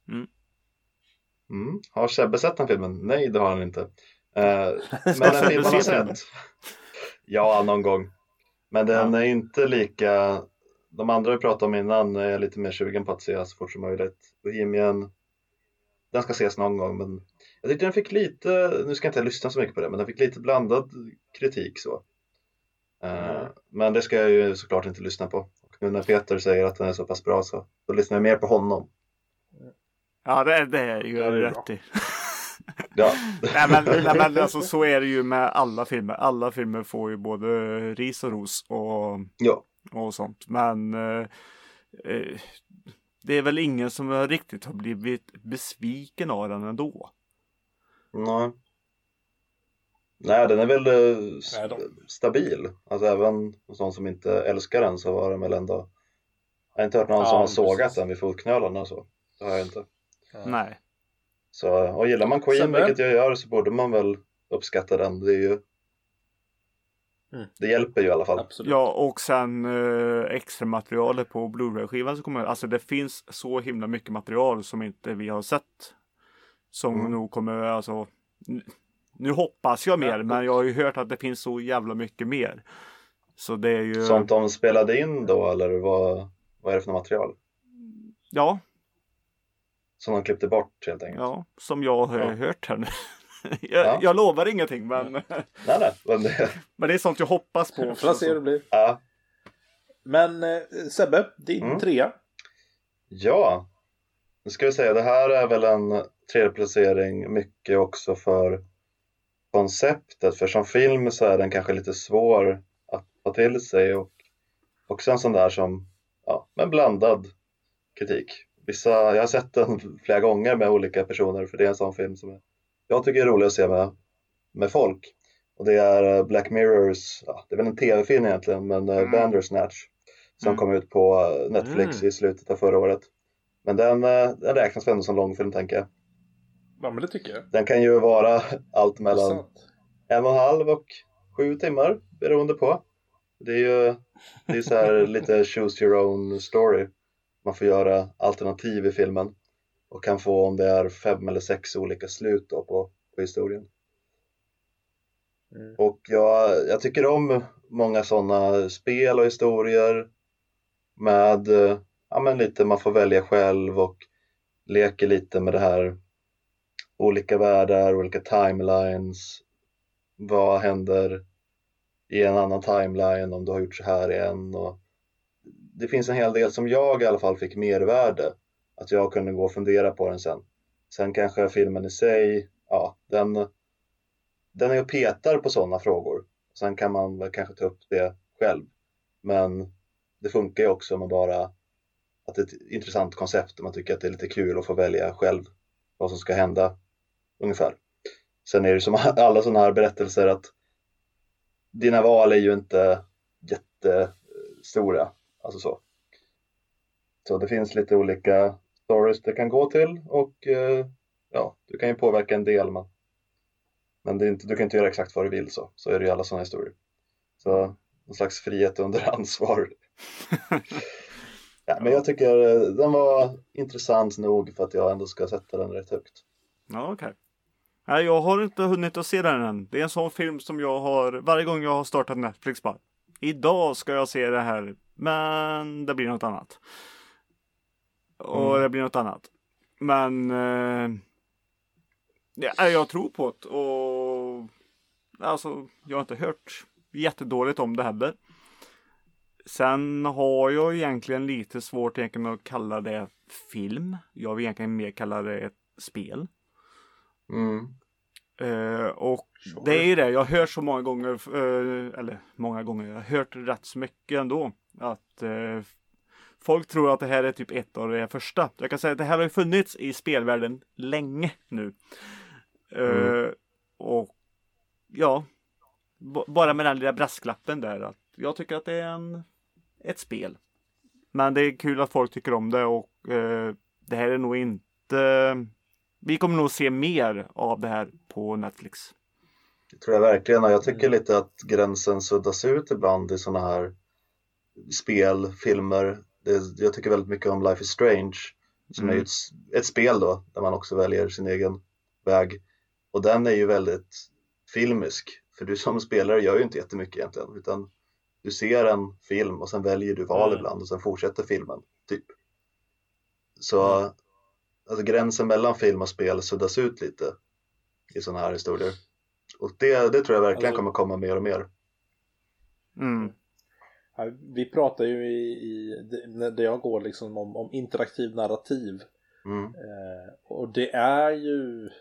Mm. Har Sebbe sett den filmen? Nej, det har han inte. Uh, men en film han har sett. Ja, någon gång. Men den Ja. är inte lika... De andra vi pratade om innan är jag lite mer sugen på att se så fort som möjligt. Bohemian, den ska ses någon gång. Men jag tyckte den fick lite... Nu ska jag inte lyssna så mycket på det, men den fick lite blandad kritik så. Uh, Mm. Men det ska jag ju såklart inte lyssna på. Och nu när Peter säger att den är så pass bra så då lyssnar jag mer på honom. Ja, det, det är ju Ja, det är rätt bra. i. Ja. Nej, men, nej, men alltså, så är det ju med alla filmer. Alla filmer får ju både ris och ros och, Ja. och sånt. Men eh, eh, det är väl ingen som riktigt har blivit besviken av den ändå. Nej. Nej, den är väl eh, st- Nej, de- stabil. Alltså även hos någon som inte älskar den så var den väl ändå... Jag har inte hört någon Ja, som har precis. sågat den vid fotknölarna så. Det har jag inte. Ja. Nej. Så, och gillar man Queen, Sebbe? vilket jag gör, så borde man väl uppskatta den. Det är ju... Mm. Det hjälper ju i alla fall. Absolut. Ja, och sen eh, extra materialet på Blu-ray-skivan så kommer, alltså det finns så himla mycket material som inte vi har sett. Som Mm. nog kommer, alltså n- nu hoppas jag mer, Ja. men jag har ju hört att det finns så jävla mycket mer. Så det är ju, Sånt de spelade in då, eller vad, vad är det för något material? ja, Som de klippte bort helt enkelt. ja, som jag har Ja. hört här nu. jag, Ja. jag lovar ingenting, men, Nej, nej. Men det, men det är sånt jag hoppas på. Får se hur det blir. ja. Men eh, Sebbe, din Mm. trea. Ja, nu ska vi säga, det här är väl en tredje placering mycket också för konceptet. För som film så är den kanske lite svår att ta till sig och också en sån där som, ja, men blandad kritik. Vissa, jag har sett den flera gånger med olika personer för det är en sån film som jag tycker är rolig att se med, med folk. Och det är Black Mirrors, ja, det är väl en tv-film egentligen, men mm. Bandersnatch. Som mm. kom ut på Netflix mm. i slutet av förra året. Men den, den räknas ändå som långfilm, tänker jag. Ja, men det tycker jag. Den kan ju vara allt mellan en och en halv och sju timmar, beroende på. Det är ju det är så här lite choose your own story. Man får göra alternativ i filmen. Och kan få, om det är fem eller sex olika slut då på, på historien. Mm. Och jag, jag tycker om många sådana spel och historier. Med, ja men lite, man får välja själv och leker lite med det här. Olika världar, olika timelines. Vad händer i en annan timeline om du har gjort så här igen. Och det finns en hel del som jag i alla fall fick mervärde. Att jag kunde gå och fundera på den sen. Sen kanske filmen i sig, ja, den, den är och petar på sådana frågor. Sen kan man väl kanske ta upp det själv. Men det funkar ju också med bara att det är ett intressant koncept. Och man tycker att det är lite kul att få välja själv vad som ska hända ungefär. Sen är det som alla sådana här berättelser att dina val är ju inte jättestora. Alltså så. Så det finns lite olika stories det kan gå till. Och eh, ja, du kan ju påverka en del. Men, men det är inte, du kan inte göra exakt vad du vill så. Så är det ju alla sådana historier. Så en slags frihet under ansvar. Ja, men jag tycker den var intressant nog för att jag ändå ska sätta den rätt högt. Ja, okej. Okay. Nej, jag har inte hunnit att se den än. Det är en sån film som jag har, varje gång jag har startat Netflix bara. Idag ska jag se det här, men det blir något annat. Och mm. det blir något annat. Men eh, ja, jag tror på det. Och alltså, jag har inte hört jättedåligt om det heller. Sen har jag egentligen lite svårt egentligen att kalla det film. Jag vill egentligen mer kalla det ett spel. Mm. Uh, och sure. Det är ju det, jag har hört så många gånger, uh, eller många gånger, jag har hört rätt så mycket ändå, att uh, folk tror att det här är typ ett av det första. Jag kan säga att det här har ju funnits i spelvärlden länge nu. Uh, mm. Och ja, b- bara med den lilla brasklappen där, att jag tycker att det är en, ett spel. Men det är kul att folk tycker om det, och uh, det här är nog inte... Vi kommer nog se mer av det här på Netflix. Det tror jag verkligen. Jag tycker lite att gränsen suddas ut ibland i sådana här spel, filmer. Det, jag tycker väldigt mycket om Life is Strange. Som mm. är ett, ett spel då, där man också väljer sin egen väg. Och den är ju väldigt filmisk. För du som spelare gör ju inte jättemycket egentligen. Utan du ser en film och sen väljer du val mm. ibland. Och sen fortsätter filmen, typ. Så... Mm. Alltså gränsen mellan film och spel suddas ut lite i sådana här historier. Och det, det tror jag verkligen alltså, kommer komma mer och mer. Mm. Vi pratar ju i, i där jag går liksom om, om interaktiv narrativ. Mm. Eh, och det är ju...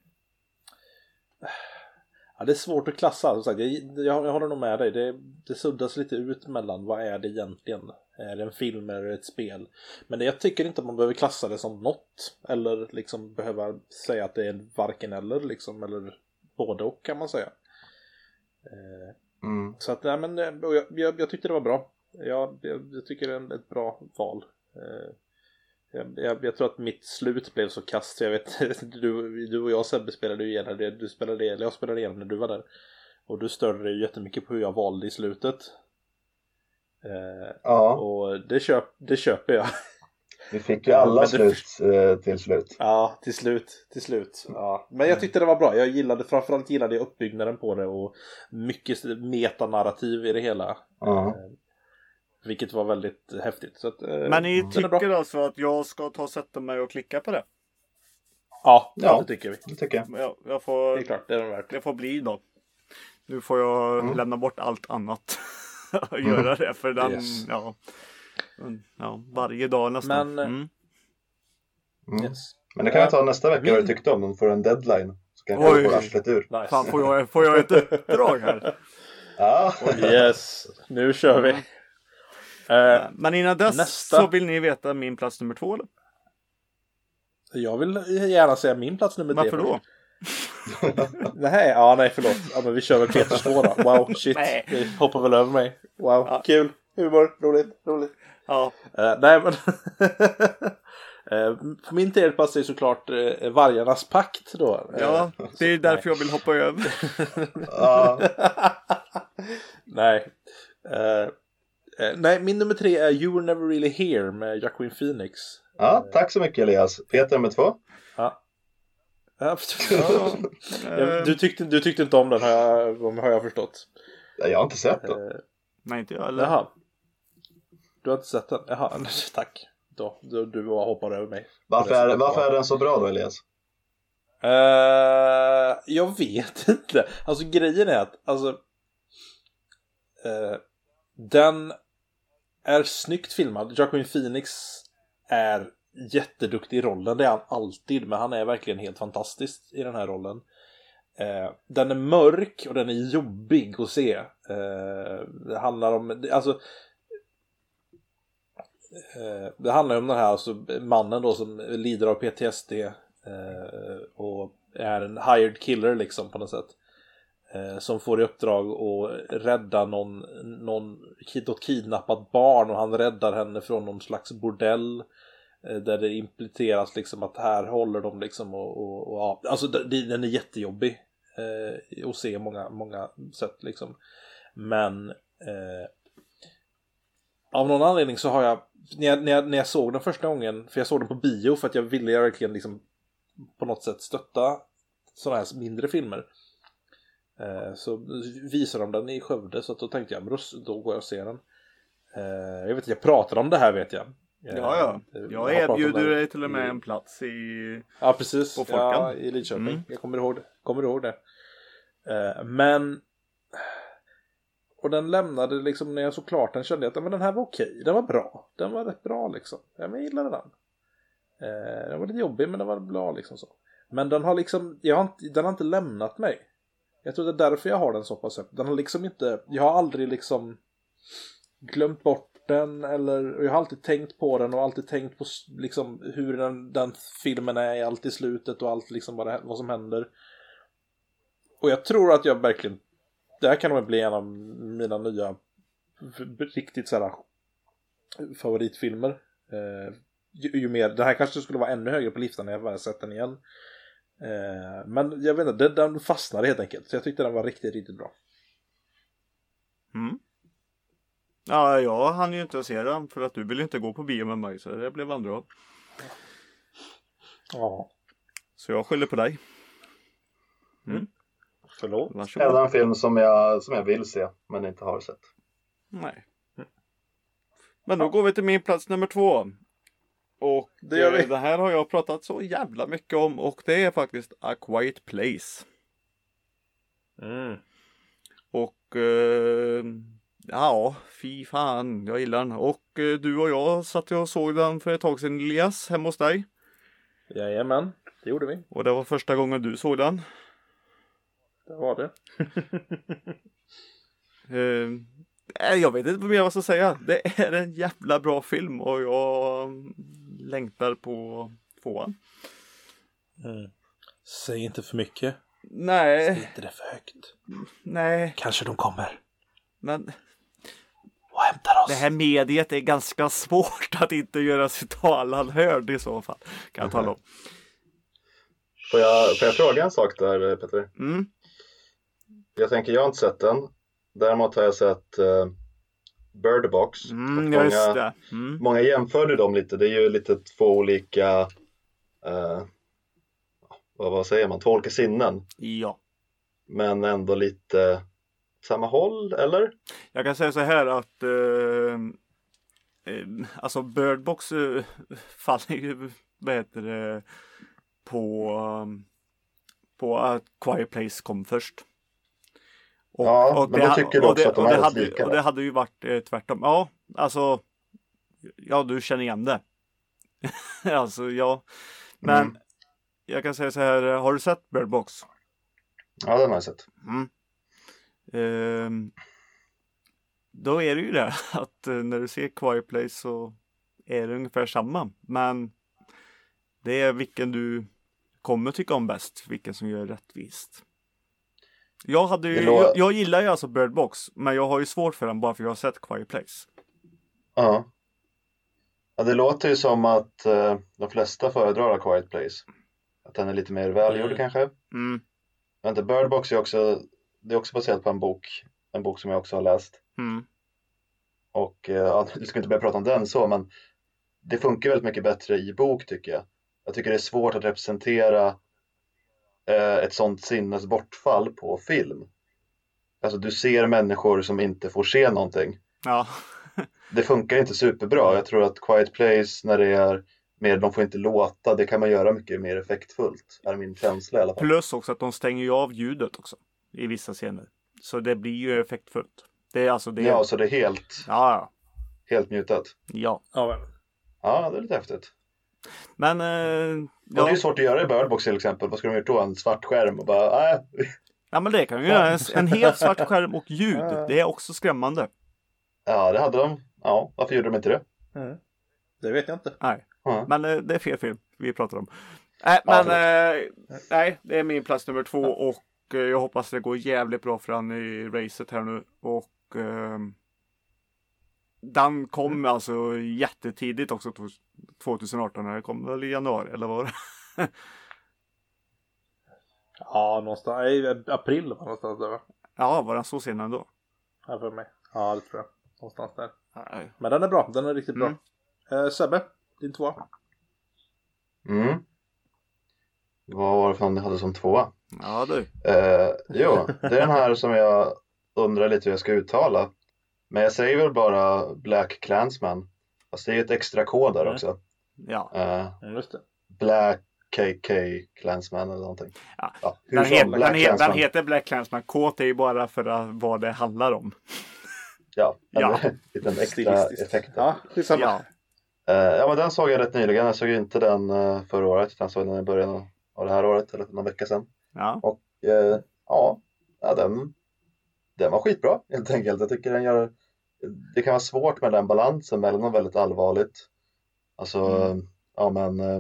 Ja, det är svårt att klassa. Som sagt, jag, jag, jag håller nog med dig. Det, det suddas lite ut mellan vad är det egentligen. Är det en film eller ett spel? Men det, jag tycker inte att man behöver klassa det som något. Eller liksom behöva säga att det är varken eller. Liksom, eller både och kan man säga. Eh, mm. Så att, nej, men jag, jag, jag tyckte det var bra. Jag, jag, jag tycker det är ett bra val. Eh, jag, jag, jag tror att mitt slut blev så kast. Jag vet, du, du och jag Sebbe spelade ju igenom det. Du spelade, eller jag spelade igenom när du var där. Och du störde dig jättemycket på hur jag valde i slutet. Eh, ja. Och det, köp, det köper jag. Vi fick ju alla slut det... till slut. Ja, till slut, till slut. Ja. Men jag tyckte det var bra. Jag gillade, framförallt gillade jag uppbyggnaden på det. Och mycket metanarrativ i det hela. Ja. eh, Vilket var väldigt häftigt. Så att, eh, Men ni tycker alltså att jag ska ta och sätta mig och klicka på det? Ja, ja det tycker vi. Det tycker jag. jag, jag får, det är klart, det är det värt. Det får bli då. Nu får jag mm. lämna bort allt annat. Och göra det för den, yes. ja, ja, varje dag nästan. Men, mm. Mm. Yes. Men det kan jag ta nästa vecka vad du tyckte om. De får en deadline. Så kan jag få arslet ur. Nice. Fan, får jag, får jag ett uppdrag här? Ja. Yes, nu kör vi. Uh, Men innan dess nästa... så vill ni veta min plats nummer två, eller? Jag vill gärna säga min plats nummer tre. Varför då? Nej, ja nej förlåt. Ja, men vi kör väl Peters två då. Wow, shit. Nej. Vi hoppar väl över mig. Wow, Ja. kul. Humor, roligt, roligt. Ja. Uh, nej men... uh, på min tredje plats är såklart uh, Vargarnas pakt då. Uh, Ja, det är därför jag vill hoppa över. Ja. nej. Uh, uh, nej, min nummer tre är You Were Never Really Here med Joaquin Phoenix. Ja, tack så mycket Elias. Peter nummer två. Ja. Ja, ja, du, tyckte, du tyckte inte om den har jag, har jag förstått. Jag har inte sett den. Uh, Nej, inte jag eller? Jaha. Du har inte sett den? Jaha, tack. Då, du, du hoppar över mig. Varför är, varför är den så bra då Elias? Uh, jag vet inte. Alltså grejen är att alltså, uh, den är snyggt filmad. Joaquin Phoenix är jätteduktig i rollen. Det är han alltid. Men han är verkligen helt fantastisk i den här rollen. Uh, den är mörk och den är jobbig att se. Uh, det handlar om... Alltså, det handlar om den här alltså, mannen då som lider av P T S D eh, och är en hired killer liksom på något sätt. Eh, som får i uppdrag att rädda någon, någon något kidnappat barn och han räddar henne från någon slags bordell eh, där det impliteras liksom att här håller de liksom och, och, och ja, alltså det, den är jättejobbig eh, att se många, många sätt liksom. Men eh, av någon anledning så har jag när, jag när jag när jag såg den första gången, för jag såg den på bio för att jag ville verkligen liksom på något sätt stötta sådana här mindre filmer. Eh, så visade de den i Skövde så att då tänkte jag, men då, då går jag och ser den. Eh, jag vet inte, jag pratade om det här vet jag. Ja, ja. Jag erbjuder dig till och med en plats i... Ja, precis. På Folkan. Ja, i Lidköping. Mm. Jag kommer ihåg det. Kommer ihåg det. Eh, men... Och den lämnade liksom när jag såg klart den kände jag att men den här var okej. Den var bra. Den var rätt bra liksom. Jag gillade den. Eh, den var lite jobbig men den var bra liksom så. Men den har liksom... Jag har inte, den har inte lämnat mig. Jag tror det är därför jag har den så pass högt. Den har liksom inte... Jag har aldrig liksom glömt bort den eller... Jag har alltid tänkt på den och alltid tänkt på liksom hur den, den filmen är i allt i slutet och allt liksom vad, det, vad som händer. Och jag tror att jag verkligen... Det här kan nog bli en av mina nya riktigt så här favoritfilmer. Eh, ju, ju mer... Det här kanske skulle vara ännu högre på listan när jag väl sett den igen. Eh, men jag vet inte, den, den fastnade helt enkelt. Så jag tyckte den var riktigt, riktigt bra. Mm. Ja, jag hann ju inte se den för att du ville inte gå på bio med mig så det blev andra. Ja. Så jag skyller på dig. Mm. Förlåt. Varsågod. En film som jag, som jag vill se men inte har sett. Nej. Men då går vi till min plats nummer två. Och Det gör vi. eh, det här har jag pratat så jävla mycket om och det är faktiskt A Quiet Place. Mm. Och eh, ja, fy fan, jag gillar den. Och eh, du och jag satt och såg den för ett tag sedan, Elias, hemma hos dig. Jajamän, det gjorde vi. Och det var första gången du såg den. Det var det. eh, jag vet inte vad mer jag ska säga. Det är en jävla bra film och jag längtar på tvåan. Mm. Säg inte för mycket. Nej. Säg inte det för högt. Nej. Kanske de kommer. Men Och hämtar oss. det här mediet är ganska svårt att inte göra sig talan hörd i så fall. Kan jag tala om. Får jag, får jag fråga en sak där, Peter? Mm. Jag tänker, jag har inte sett den. Däremot har jag sett uh, Bird Box. Mm, Och just många, det. Mm. många jämförde dem lite. Det är ju lite två olika, uh, vad, vad säger man, två olika sinnen. Ja. Men ändå lite samma håll, eller? Jag kan säga så här att eh, eh, alltså Bird Box eh, faller ju, vad heter det, på, um, på att Quiet Place kom först. Och, Ja, men då det, tycker du också det, att de och är det rätt hade, lika, och va? det hade ju varit eh, tvärtom. Ja, alltså, ja du känner igen det. Alltså, ja. Men Mm. jag kan säga så här, har du sett Bird Box? Ja, den har jag sett. Mm. Ehm, då är det ju det att eh, när du ser Quiet Place så är det ungefär samma. Men det är vilken du kommer tycka om bäst, vilken som gör rättvist. Jag, hade ju, lå- jag, jag gillar ju alltså Bird Box, men jag har ju svårt för den bara för jag har sett Quiet Place. Ja. Ja, det låter ju som att uh, de flesta föredrar A Quiet Place. Att den är lite mer välgjord Mm. kanske. Mm. Vänta, Bird Box är också, det är också baserat på en bok. En bok som jag också har läst. Mm. Och uh, ja, vi ska inte börja prata om den så, men det funkar väldigt mycket bättre i bok tycker jag. Jag tycker det är svårt att representera uh, ett sånt sinnesbortfall på film. Alltså du ser människor som inte får se någonting. Ja. Det funkar inte superbra. Jag tror att Quiet Place när det är mer, de får inte låta, det kan man göra mycket mer effektfullt. Är min känsla i alla fall. Plus också att de stänger ju av ljudet också i vissa scener. Så det blir ju effektfullt. Det är alltså det. Ja, så det är helt, Ja, helt mutat. ja. Ja, men. Ja, det är lite häftigt. Men eh, Och det är ja. ju svårt att göra i Bird Box till exempel. Vad ska de göra då? En svart skärm och bara, äh. Ja, men det kan ju göra en, en helt svart skärm och ljud. Det är också skrämmande. Ja, det hade de. Ja, varför gjorde de inte det? Mm. Det vet jag inte. Nej, Ja. men eh, det är fel film vi pratar om. Nej, Ja, men eh, nej, det är min plats nummer två och eh, jag hoppas det går jävligt bra för han i racet här nu. Och eh, den kom mm. alltså jättetidigt också tjugo arton. När det kom väl i januari eller vad var det? Ja, någonstans i april var någonstans där va? Ja, var den så sen ändå? Här för mig. Ja, det tror jag. Någonstans där. Nej. Men den är bra, den är riktigt Mm. bra. Eh, Sebbe, din två. Mm. Vad var det för någon jag hade som tvåa? Ja du. Eh, jo, det är den här som jag undrar lite hur jag ska uttala. Men jag säger väl bara Black Klansman. Fast det är ju ett extra kod där Mm. också. Ja. Eh, Mm, just det. Black K K Klansman eller någonting. Ja. Ja, hur Den, som, het, Black den, het, den Klansman. heter Black Klansman. K är ju bara för att, vad det handlar om. Ja, Ja. en liten extra Stilistiskt. effekt. Ja, det är samma. Ja. Eh, ja, men den såg jag rätt nyligen. Jag såg inte den uh, förra året. Utan jag såg den i början av- av det här året. Eller för någon vecka sedan. Ja. Och eh, ja, ja den, den var skitbra helt enkelt. Jag tycker den gör... Det kan vara svårt med den balansen mellan något väldigt allvarligt. Alltså, Mm. ja men... Eh,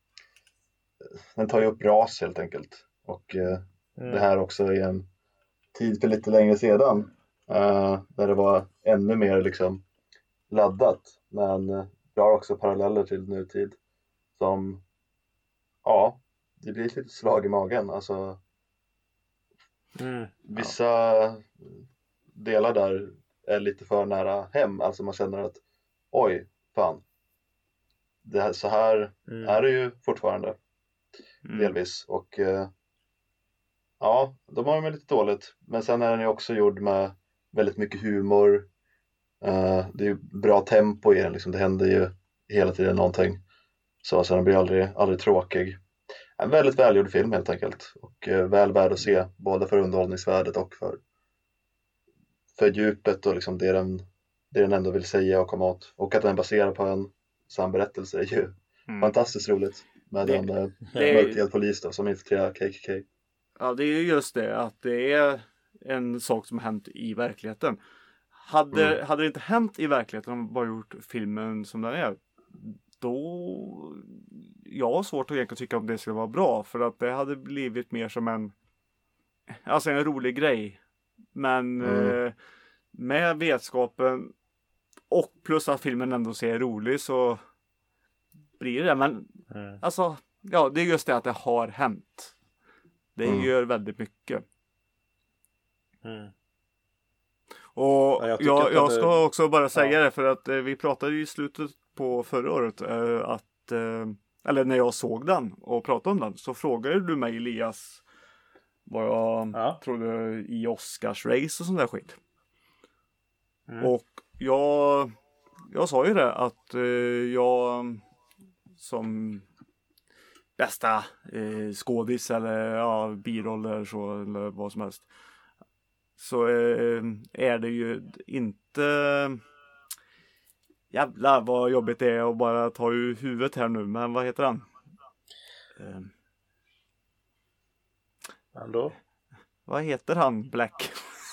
den tar ju upp ras helt enkelt. Och eh, Mm. det här också i en tid för lite längre sedan. Uh, där det var ännu mer liksom laddat. Men uh, drar också paralleller till nutid. Som, ja, det blir ett litet slag i magen. Alltså, Mm. vissa delar där är lite för nära hem. Alltså man känner att, oj, fan. Det här, så här Mm. är det ju fortfarande. Mm. Delvis. Och uh, ja, de har de lite dåligt. Men sen är den ju också gjord med väldigt mycket humor. Uh, det är ju bra tempo i den. Liksom. Det händer ju hela tiden någonting. Så, så den blir aldrig, aldrig tråkig. En väldigt välgjord film helt enkelt. Och uh, väl värd att se. Både för underhållningsvärdet och för, för djupet och liksom det, den, det den ändå vill säga och komma åt. Och att den är baserad på en sann berättelse är ju Mm. fantastiskt roligt. Med Det- en uh, det är- mörkhyad polis då, som infiltrerar K K K. Ja, det är ju just det att det är en sak som har hänt i verkligheten. Hade, Mm. hade det inte hänt i verkligheten om man bara gjort filmen som den är, då jag har svårt att egentligen tycka om det skulle vara bra, för att det hade blivit mer som en alltså en rolig grej. Men Mm. eh, med vetskapen och plus att filmen ändå ser rolig så blir det. Men Mm. alltså, ja, det är just det att det har hänt. Det Mm. gör väldigt mycket. Mm. Och Ja, jag jag, tycker jag, att jag det- ska också bara säga Ja. det, för att eh, vi pratade ju i slutet på förra året eh, att, eh, eller när jag såg den och pratade om den, så frågade du mig, Elias, vad jag Ja. trodde i Oscars race och sån där skit. Mm. Och jag, jag sa ju det att eh, jag som bästa eh, skådis eller ja, biroller så, eller vad som helst, så eh, är det ju inte, jävlar vad jobbigt det är att bara ta ur huvudet här nu, men vad heter han? Eh, Men då? vad heter han, Black?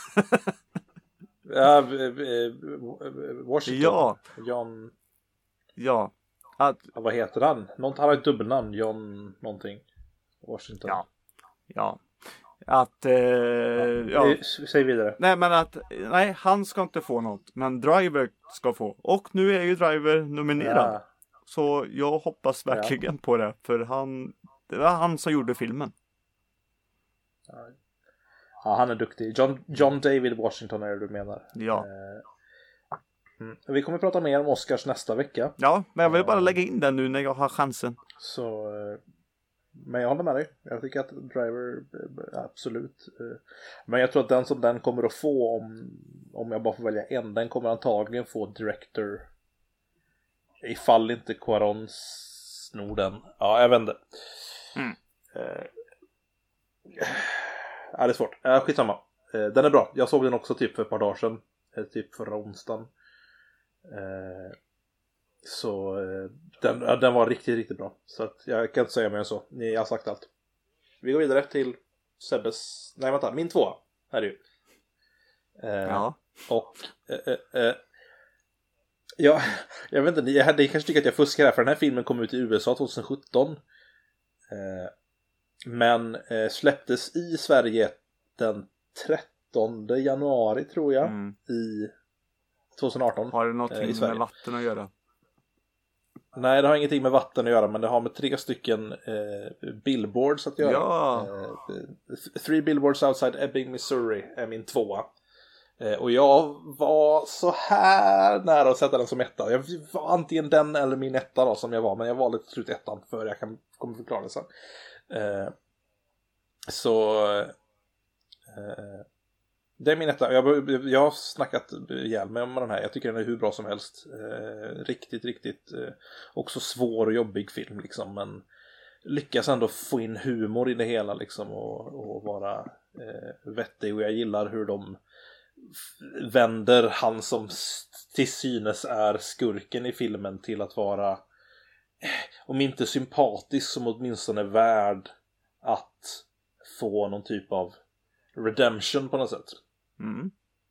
Ja, eh, eh, Washington. Ja. John... Ja, att Ja, vad heter han? Någon, han har ett dubbelnamn. John någonting. Washington. Ja. Ja. Att... Eh, ja. ja. Säg vidare. Nej, men att... Nej, han ska inte få något. Men Driver ska få. Och nu är ju Driver nominerad. Ja. Så jag hoppas verkligen ja. på det. För han... Det var han som gjorde filmen. Ja, ja han är duktig. John, John David Washington är det du menar. Ja. Eh, mm. Vi kommer prata mer om Oscars nästa vecka. Ja, men jag vill bara lägga in den nu när jag har chansen. Så... Eh, Men jag håller med dig. Jag tycker att Driver, absolut. Men jag tror att den som den kommer att få, om, om jag bara får välja en, den kommer antagligen få Director. Ifall inte Cuarón snor den. Ja, jag vet inte. Mm. Uh, ja, det är svårt. Uh, skitsamma. Uh, den är bra. Jag såg den också typ för ett par dagar sedan. Uh, typ förra onsdagen. Uh, Så den, den var riktigt, riktigt bra. Så att jag kan inte säga mer än så. Ni har sagt allt. Vi går vidare till Sebbes... Nej, vänta. Min tvåa. Här är det ju. Eh, ja. Och... Eh, eh, ja, jag vet inte. Ni, ni kanske tycker att jag fuskar här. För den här filmen kom ut i U S A tjugosjutton. Eh, men eh, släpptes i Sverige den trettonde januari, tror jag. Mm. I tjugoarton. Har det någonting eh, med vatten att göra? Nej, det har ingenting med vatten att göra, men det har med tre stycken eh, billboards att göra. Ja. Eh, three billboards outside Ebbing, Missouri är min tvåa. Eh, och jag var så här nära att sätta den som etta. Jag var antingen den eller min etta då, som jag var, men jag valde till slut ettan, för jag kan, kommer förklara det sen. Eh, så... Eh, Det är min etta. Jag, jag har snackat ihjäl mig om den här. Jag tycker den är hur bra som helst. Eh, riktigt, riktigt eh, också svår och jobbig film liksom. Men lyckas ändå få in humor i det hela liksom. Och, och vara eh, vettig. Och jag gillar hur de f- vänder han som till synes är skurken i filmen till att vara, eh, om inte sympatisk, som åtminstone värd att få någon typ av redemption på något sätt. Mm.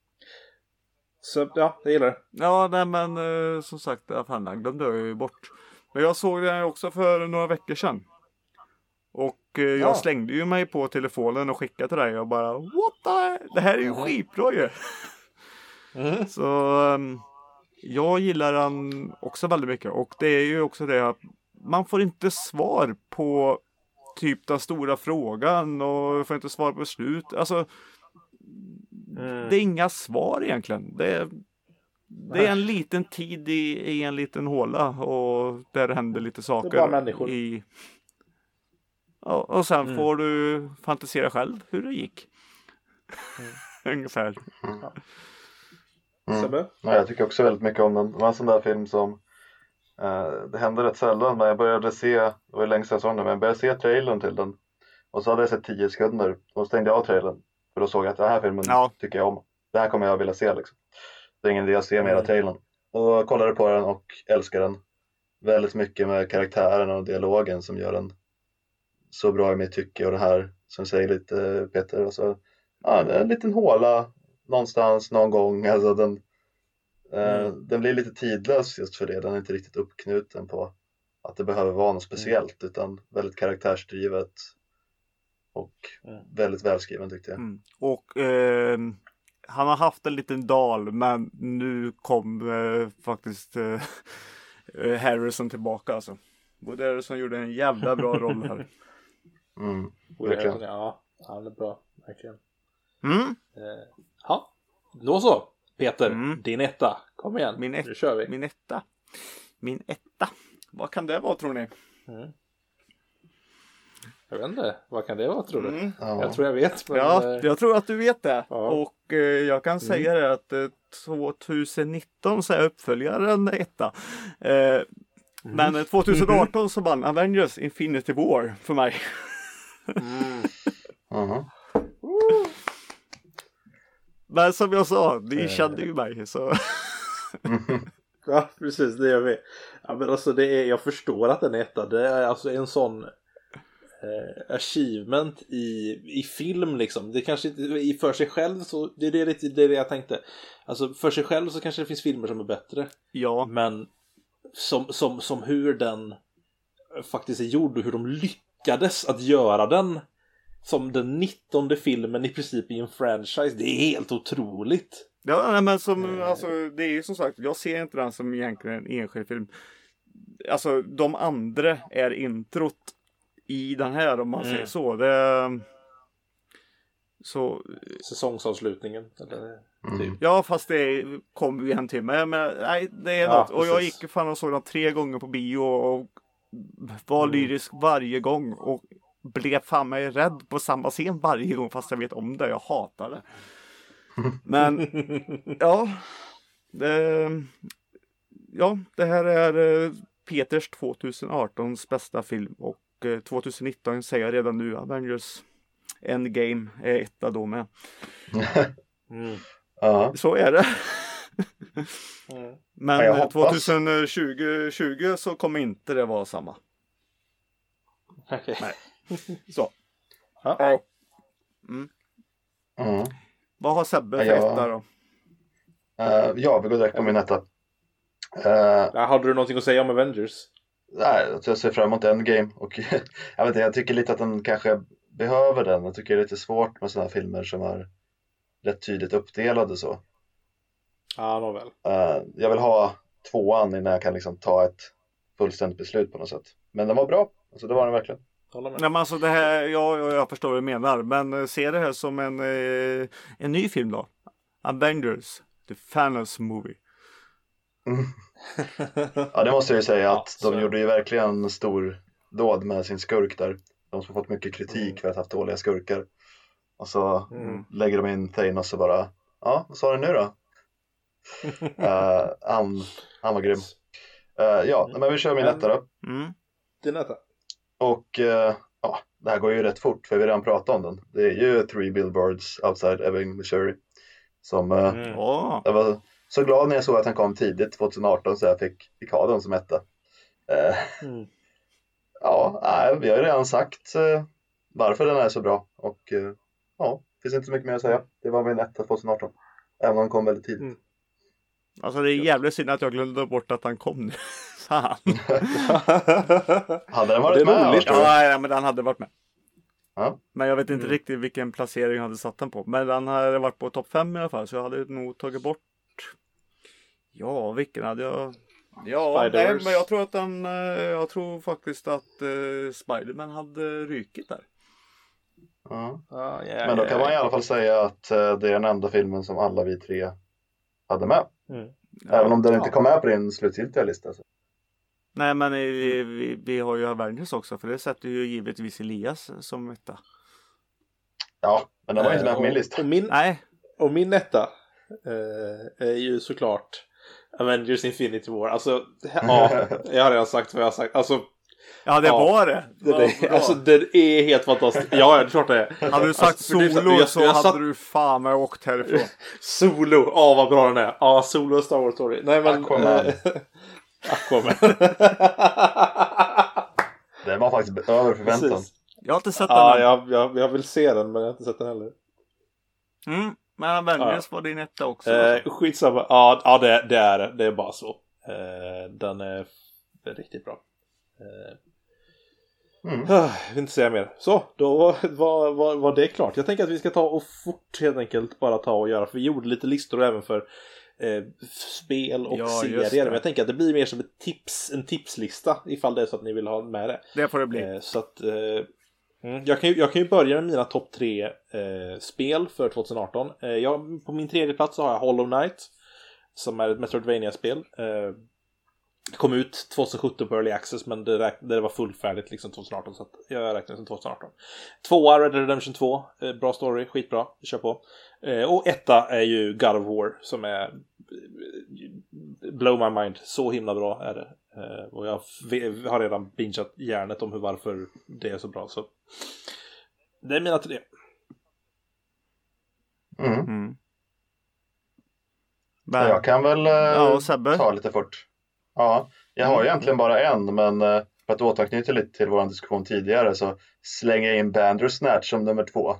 Så ja, det gillar det. Ja, nej men eh, som sagt, fan, den glömde jag ju bort. Men jag såg den också för några veckor sedan. Och eh, jag ja. slängde ju mig på telefonen och skickade till dig och bara, what the? Det här är ju mm. skitbra ju. Mm. Så um, jag gillar den också väldigt mycket. Och det är ju också det att man får inte svar på typ den stora frågan och får inte svar på slut. Alltså mm. det är inga svar egentligen. Det är, det är en liten tid i, i en liten håla och där det händer lite saker. Det är bara människor. I, ja, och sen mm. får du fantisera själv hur det gick. Mm. Ungefär. Mm. Mm. Ja, jag tycker också väldigt mycket om den. Det var en sån där film som Uh, det hände rätt sällan, men jag började se, det var länge sedan jag såg den, men jag började se trailern till den. Och så hade jag sett tio sekunder och stängde jag av trailern. För då såg jag att den här filmen ja. tycker jag om. Det här kommer jag vilja se liksom. Det är ingen idé att se mer av trailern. Och jag kollade på den och älskar den. Väldigt mycket med karaktären och dialogen som gör den så bra i mitt tycke. Och det här, som säger lite Peter, alltså, ja, det är en liten håla någonstans, någon gång. Alltså den Mm. Den blir lite tidlös just för det. Den är inte riktigt uppknuten på att det behöver vara något speciellt, mm. utan väldigt karaktärsdrivet och mm. väldigt välskriven tyckte jag. Mm. Och eh, han har haft en liten dal, men nu kom eh, faktiskt eh, Harrison tillbaka alltså. Både Harrison gjorde en jävla bra roll här. Mm. Verkligen. Ja, han är bra. Verkligen. Mm. Eh, ja, då så. Peter, mm. din etta. Kom igen, min ett, nu kör vi. Min etta. Min etta. Vad kan det vara, tror ni? Mm. Jag vet inte. Vad kan det vara, tror du? Mm. Ja. Jag tror jag vet. Men... Ja, jag tror att du vet det. Ja. Och eh, jag kan mm. säga det att eh, tjugonitton så är uppföljaren etta. Eh, mm. Men eh, tjugoarton mm. så vann Avengers Infinity War för mig. mm. uh-huh. Men som jag sa, ni kände ju mig så... Ja, precis, det gör vi. Ja, men alltså det är, jag förstår att den är etta. Det är alltså en sån eh, achievement i, i film liksom. Det kanske inte i för sig själv så, det är det, lite, det är det jag tänkte. Alltså för sig själv så kanske det finns filmer som är bättre. Ja. Men som, som, som hur den faktiskt är gjord och hur de lyckas lyckades att göra den som den nittonde filmen i princip i en franchise. Det är helt otroligt. Ja, nej, men som, alltså, det är ju som sagt, jag ser inte den som egentligen en enskild film. Alltså, de andra är introt i den här, om man mm. säger så. Det, så. Säsongsavslutningen. Eller, mm. typ. Ja, fast det kom ju en timme. Men nej, det är ja, något. Och jag gick fan och såg den tre gånger på bio och var mm. lyrisk varje gång. Och blev fan mig rädd på samma scen varje gång, fast jag vet om det. Jag hatar det. Men ja, det, ja, det här är Peters tjugoartons bästa film, och tjugonitton säger jag redan nu, Avengers Endgame är etta då med. Mm. Uh-huh. Så är det. Mm. Men ja, tjugotjugo tjugo så kommer inte det vara samma. Okej. Nej. Så. Ja. Mm. Mm. Vad har Sebbe för ja. etta då? Uh, ja, vi går direkt på min etta. Uh, ja, hade du någonting att säga om Avengers? Nej, jag ser fram emot Endgame. Och jag vet inte, jag tycker lite att den kanske behöver den. Jag tycker det är lite svårt med sådana filmer som är rätt tydligt uppdelade så. Ja, nåväl. Uh, jag vill ha tvåan innan jag kan liksom ta ett fullständigt beslut på något sätt. Men den var bra, alltså det var den verkligen. Nej, men alltså det här, ja, jag förstår vad du menar, men se det här som en, eh, en ny film då. Avengers, The Thanos Movie. Mm. Ja, det måste jag ju säga att ja, de gjorde ju verkligen stor dåd med sin skurk där. De som fått mycket kritik mm. för att ha haft dåliga skurkar. Och så mm. lägger de in Thanos och bara, ja, vad sa du nu då? uh, han, han var grym. Uh, ja, mm. men vi kör min etta då. Mm. Din etta. Och uh, ja, det här går ju rätt fort för vi redan pratat om den. Det är ju Three Billboards Outside Ebbing, Missouri. Som uh, mm. oh. jag var så glad när jag såg att han kom tidigt tjugoarton så jag fick, fick ha den som etta. Uh, mm. Ja, nej, vi har ju redan sagt uh, varför den är så bra. Och uh, ja, det finns inte så mycket mer att säga. Det var min etta tjugoarton. Även om den kom väldigt tidigt. Mm. Alltså det är jävligt synd att jag glömde bort att han kom nu. Fan. Hade den varit med? Roligt, ja, ja, men den hade varit med. Ja. Men jag vet inte mm. riktigt vilken placering jag hade satt den på. Men den hade varit på topp fem i alla fall. Så jag hade nog tagit bort. Ja, vilken hade jag? Ja, nej, men jag tror att den. Jag tror faktiskt att uh, Spider-Man hade rykit där. Ja. Ah, yeah, men då kan yeah, man i yeah. alla fall säga att uh, det är den enda filmen som alla vi tre hade med. Mm. Även ja, om den ja. inte kom med på din slutgiltiga lista. Så. Nej, men vi, vi, vi har ju Avengers också. För det sätter ju givetvis Elias som etta. Ja, men den var inte med på min lista. Och min, Nej. Och min etta eh, är ju såklart Avengers Infinity War. Alltså, ja, jag har redan sagt vad jag har sagt. Alltså, ja, det ja, var det. det, det alltså, det är helt fantastiskt. Ja, det är klart det är. Hade du sagt alltså, Solo jag, så jag hade satt... du fan med åkt härifrån. Solo, ja vad bra den är. Ja, Solo och Star Wars Story. Nej, men... Aquaman. Äh, Aquaman. Det var faktiskt över förväntan. Precis. Jag har inte sett den. Ja, jag, jag, jag vill se den, men jag har inte sett den heller. Mm, men Avengers ja. var din etta också. Eh, skitsamma. Ja, ja det, det är det. Det är bara så. Eh, den är riktigt bra. Eh, mm. Jag vill inte säga mer. Så, då var, var, var det klart. Jag tänker att vi ska ta och fort helt enkelt bara ta och göra. För vi gjorde lite listor även för eh, spel och ja, serier. Men jag tänker att det blir mer som ett tips, en tipslista ifall det är så att ni vill ha med det. Det får det bli. Eh, så att... Eh, Mm, jag, kan ju, jag kan ju börja med mina topp tre eh, spel för tjugoarton. Eh, jag, på min tredje plats så har jag Hollow Knight, som är ett Metroidvania-spel. Eh, kom ut tjugosjutton på Early Access, men det, räk- det var fullfärdigt liksom tjugoarton, så att jag räknar som tjugoarton. Tvåa Red Dead Redemption två, eh, bra story, skitbra, vi kör på. Eh, och etta är ju God of War, som är eh, blow my mind, så himla bra är det. Uh, och jag v- har redan bingeat hjärnet om hur varför det är så bra, så det är mina tre. Mm. Mm. Men... Jag kan väl uh, ja, ta lite fort. Ja, jag har mm. egentligen bara en, men uh, för att återknyta lite till vår diskussion tidigare så slänger jag in Bandersnatch som nummer två.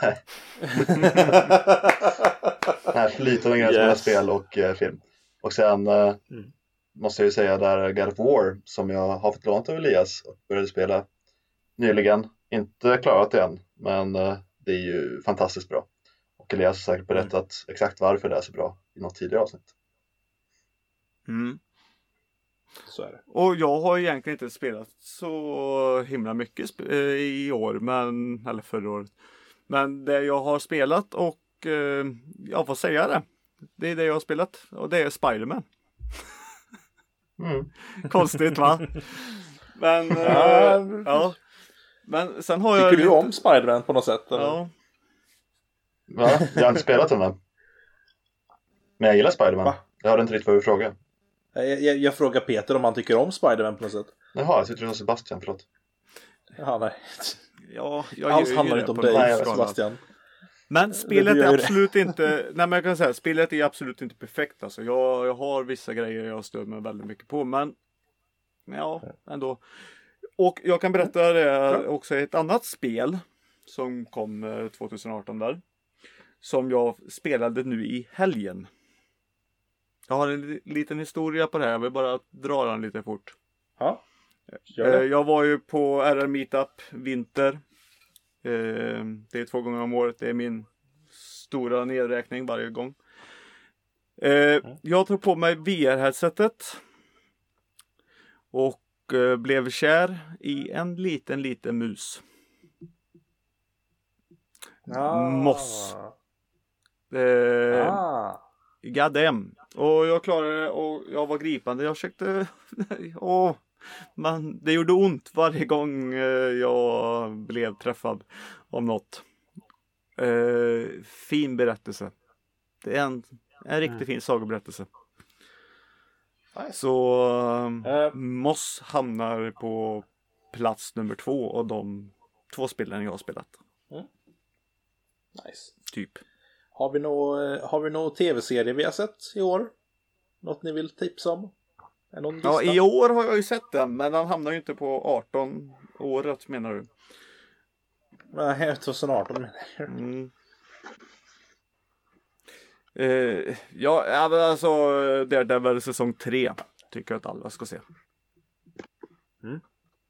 Den här flytande gränsen mellan spel och uh, film. Och sen uh, mm. måste jag ju säga där God of War som jag har fått lånat av Elias och började spela nyligen. Inte klarat det än, men eh, det är ju fantastiskt bra. Och Elias har säkert berättat mm. exakt varför det är så bra i något tidigare avsnitt. Mm. Så är det. Och jag har egentligen inte spelat så himla mycket sp- i år, men, eller förra året. Men det jag har spelat och eh, jag får säga det. Det är det jag har spelat och det är Spider-Man. Mm. Konstigt va? Men, ja. Eh, ja. Men sen har jag... Tycker du om Spider-Man på något sätt? Eller? Ja. Va? Jag har inte spelat den än. Men jag gillar Spider-Man. Va? Jag hörde inte riktigt vad du frågade. Jag, jag, jag frågar Peter om han tycker om Spider-Man på något sätt. Jaha, jag tyckte det var Sebastian, förlåt. Ja, nej. Ja, jag alls handlar inte om dig, nej, Sebastian. Men spelet är absolut inte... Nej, men jag kan säga, spelet är absolut inte perfekt. Alltså. Jag, jag har vissa grejer jag stör mig väldigt mycket på, men ja, ändå. Och jag kan berätta det också ett annat spel som kom tjugo arton där. Som jag spelade nu i helgen. Jag har en liten historia på det här. Jag vill bara dra den lite fort. Ja, jag var ju på R R Meetup vinter. Det är två gånger om året. Det är min stora nedräkning varje gång. Jag tog på mig V R-headsetet. Och blev kär i en liten, liten mus. Ah. Moss. Eh, ah. Goddamn. Och jag klarade det och jag var gripande. Jag försökte... Åh, men det gjorde ont varje gång jag blev träffad om något. Eh, fin berättelse. Det är en, en riktigt mm. fin sagoberättelse. Så uh, Moss hamnar på plats nummer två och de två spelen jag har spelat. Mm. Nice. Typ. Har vi någon har vi någon tv-serie vi har sett i år? Något ni vill tipsa om? Är någon ja, i år har jag ju sett den, men den hamnar ju inte på arton året, menar du? Nej, tjugo arton menar jag. Mm. Uh, ja, alltså det är väl säsong tre. Tycker jag att alla ska se. Mm.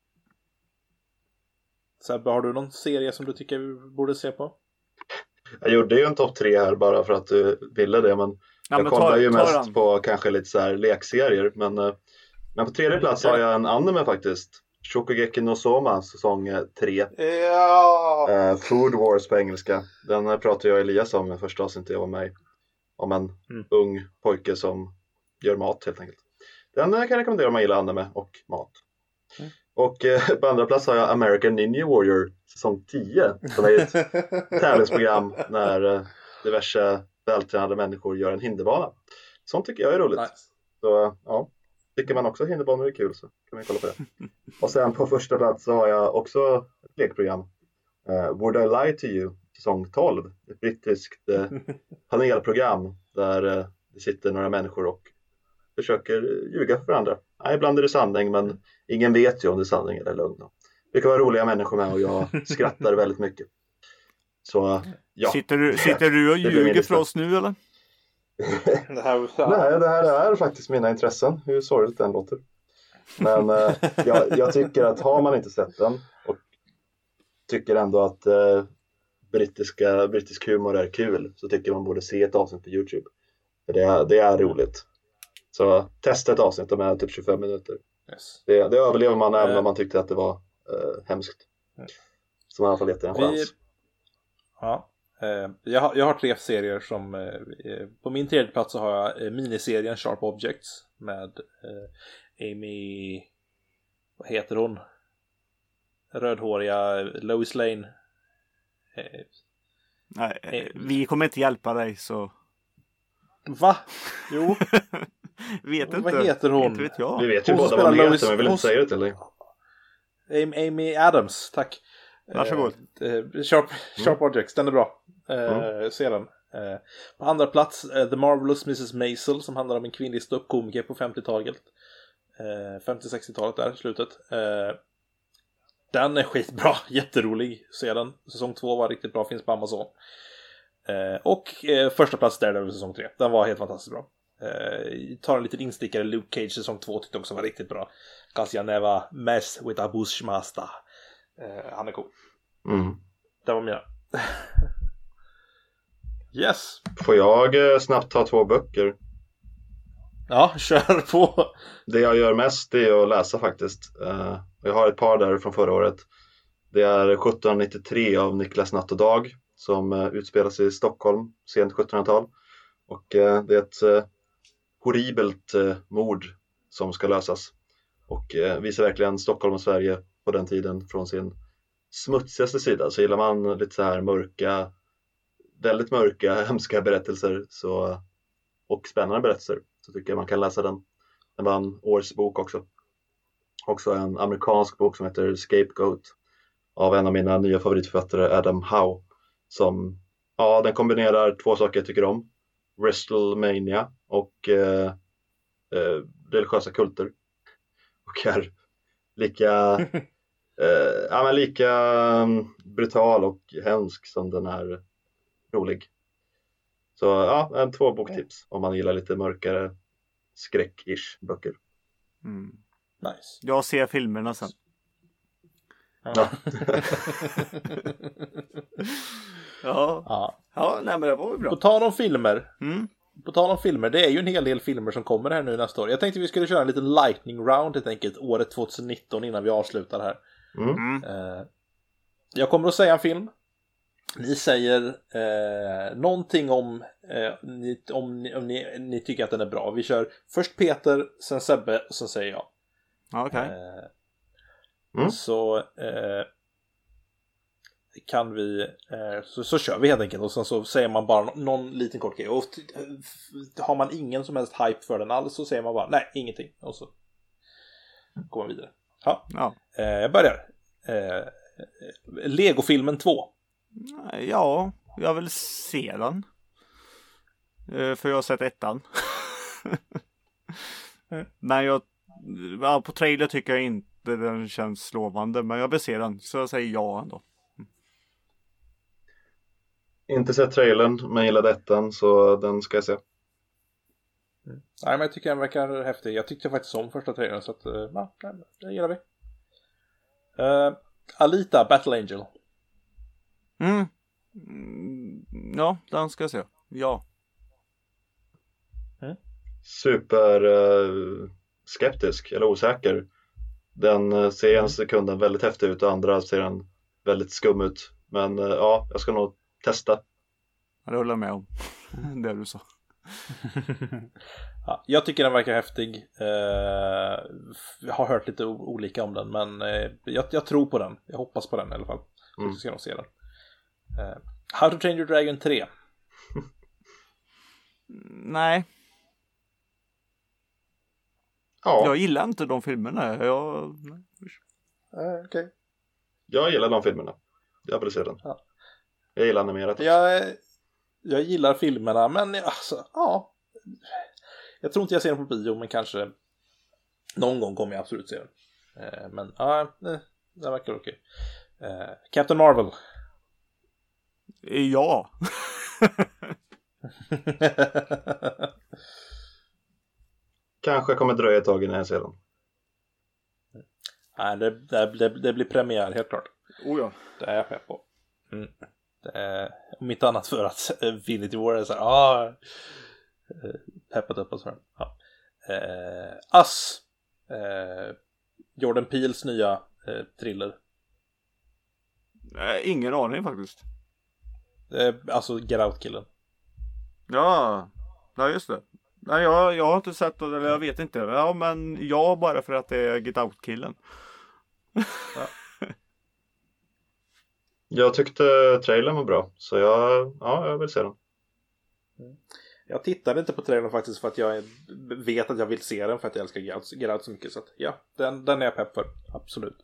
Sebbe, har du någon serie som du tycker vi borde se på? Jag gjorde ju en topp tre här bara för att du ville det, men ja, jag men kollar ta, ju ta mest den. på kanske lite så här lekserier, men, men på tredje plats har jag en anime faktiskt. Shokugeki no Soma, säsong tre. Ja. Uh, Food Wars på engelska. Den pratade jag och Elias om i första avsnittet jag var med. Om en mm. ung pojke som gör mat helt enkelt. Den kan jag rekommendera om man gillar anime och mat. Mm. Och eh, på andra plats har jag American Ninja Warrior säsong tio. Som är ett tävlingsprogram när eh, diverse vältränade människor gör en hinderbana. Sånt tycker jag är roligt. Nice. Så ja, tycker man också hinderbanor är kul så kan man kolla på det. Och sen på första plats så har jag också ett lekprogram. Uh, Would I Lie To You säsong tolv. Ett brittiskt eh, panelprogram där eh, det sitter några människor och försöker ljuga för varandra. Nej, ibland är det sanning, men ingen vet ju om det är sanning eller lögn. Det kan vara roliga människor med och jag skrattar väldigt mycket. Så ja. Sitter du, sitter du och ljuger för oss nu eller? det här Nej, det här är faktiskt mina intressen. Hur sorgligt den låter. Men eh, jag, jag tycker att har man inte sett den och tycker ändå att eh, brittiska, brittisk humor är kul, så tycker man borde se ett avsnitt på YouTube. För det är, det är roligt. Så testa ett avsnitt om är typ tjugofem minuter. Yes. Det, det överlever man även uh, om man tyckte att det var uh, hemskt. Mm. Så man har fått lite en chans. Vi, ja, uh, jag, har, jag har tre serier som uh, på min tredje plats så har jag uh, miniserien Sharp Objects med uh, Amy, vad heter hon? Rödhåriga Lois Lane. Uh, Nej, uh, vi kommer inte hjälpa dig så. Va? Jo. Vet inte. Vad heter hon? Inte vet jag. Vi vet ju båda vad hon heter, men jag vill inte säga det till dig. Amy Adams, tack. Varsågod. Uh, Sharp, Sharp mm. Objects, den är bra. Uh, mm. Se den. Uh, på andra plats, uh, The Marvelous missus Maisel, som handlar om en kvinnlig ståuppkomiker på femtiotalet. Uh, femtio-sextiotalet där, slutet. Uh, den är skitbra, jätterolig. Se den. Säsong två var riktigt bra, finns på Amazon. Uh, och uh, första plats där, där var säsong tre. Den var helt fantastiskt bra. Uh, tar en liten instickare. Luke Cage säsong två tyckte också var riktigt bra. Cause you never mess with a bushmaster. Eh, han är cool. Mm. Det var mina. Yes. Får jag eh, snabbt ta två böcker? Ja, kör på. Det jag gör mest är att läsa faktiskt. Uh, jag har ett par där från förra året. Det är sjutton nittiotre av Niklas Natt och Dag som uh, utspelar sig i Stockholm sent sjuttonhundratal. Och uh, det är ett uh, horribelt uh, mord som ska lösas. Och uh, visar verkligen Stockholm och Sverige på den tiden från sin smutsigaste sida. Så gillar man lite så här mörka, väldigt mörka, hemska berättelser så, och spännande berättelser, så tycker jag man kan läsa den. Den var en års bok också. Också en amerikansk bok som heter Scapegoat av en av mina nya favoritförfattare, Adam Howe. Som, ja, den kombinerar två saker jag tycker om. WrestleMania och eh, eh, religiösa kulter. Och är lika, eh, ja, men lika brutal och hemsk som den är rolig. Så ja, en två boktips om man gillar lite mörkare skräck-ish böcker. Mm. Nice. Jag ser filmerna sen. Ja. Ja. Ja. Ja, nej men det var ju bra. På tal om filmer. Mm. På tal om filmer, det är ju en hel del filmer som kommer här nu nästa år. Jag tänkte vi skulle köra en liten lightning round helt enkelt, året tjugonitton innan vi avslutar här. Mm. Mm. Eh, jag kommer att säga en film. Ni säger eh, någonting om, eh, ni, om, ni, om ni, ni tycker att den är bra. Vi kör först Peter, sen Sebbe och sen säger jag. Ja, okej. Eh, Mm. Så eh, kan vi eh, så, så kör vi helt enkelt och sen så säger man bara någon, någon liten kort grej och t- har man ingen som helst hype för den alls så säger man bara nej, ingenting och så går man vidare. Ja, Ja. eh, jag börjar. Eh, Lego-filmen två. Ja, jag vill se den. Eh, För jag har sett ettan. Men jag, ja, på trailer tycker jag inte den känns lovande. Men jag vill se den, så jag säger ja ändå. Inte sett trailern, men gillade ettan, så den ska jag se. Mm. Nej, men jag tycker den verkar häftig. Jag tyckte faktiskt om första trailern så att, uh, ja, det gillar vi. Uh, Alita, Battle Angel. Mm. Mm, ja, den ska jag se. Ja. Super uh, skeptisk eller osäker. Den uh, ser en sekunden väldigt häftig ut och andra ser den väldigt skum ut. Men uh, ja, jag ska nog testa. Jag håller med om det du sa. Ja, jag tycker den verkar häftig. Uh, jag har hört lite o- olika om den, men uh, jag, jag tror på den. Jag hoppas på den i alla fall. Mm. Så ska jag nog se den. Uh, How to Train Your Dragon tre. Nej, Ja, jag gillar inte de filmerna. Jag... nej. Uh, Okej. Okay. jag gillar de filmerna. Jag vill se den. Ja. Jag gillar animerat också. Jag, jag gillar filmerna, men alltså, ja. Jag tror inte jag ser den på bio, men kanske någon gång kommer jag absolut se den. Eh, men ja, eh, det verkar okej. Eh, Captain Marvel. Ja. Kanske kommer dröja ett tag innan jag ser den. Nej, det, det, det, det blir premiär, helt klart. Oh ja. Det är jag pepp på. Mm. Det är, om inte annat för att Infinity War är så här, ah, peppat upp och så här. Ja. Eh, Us. Eh, Jordan Peels nya eh, thriller. Nej, ingen aning faktiskt. Eh, alltså Get Out-killen. Ja, ja just det. Nej, jag, jag har inte sett det, eller jag vet inte. Ja, men ja, bara för att det är Get Out-killen. Ja. Jag tyckte trailern var bra, så jag, ja, jag vill se den. Jag tittade inte på trailern faktiskt för att jag vet att jag vill se den för att jag älskar Get Out, Get Out så mycket. Så att, ja, den, den är jag pepp för. Absolut.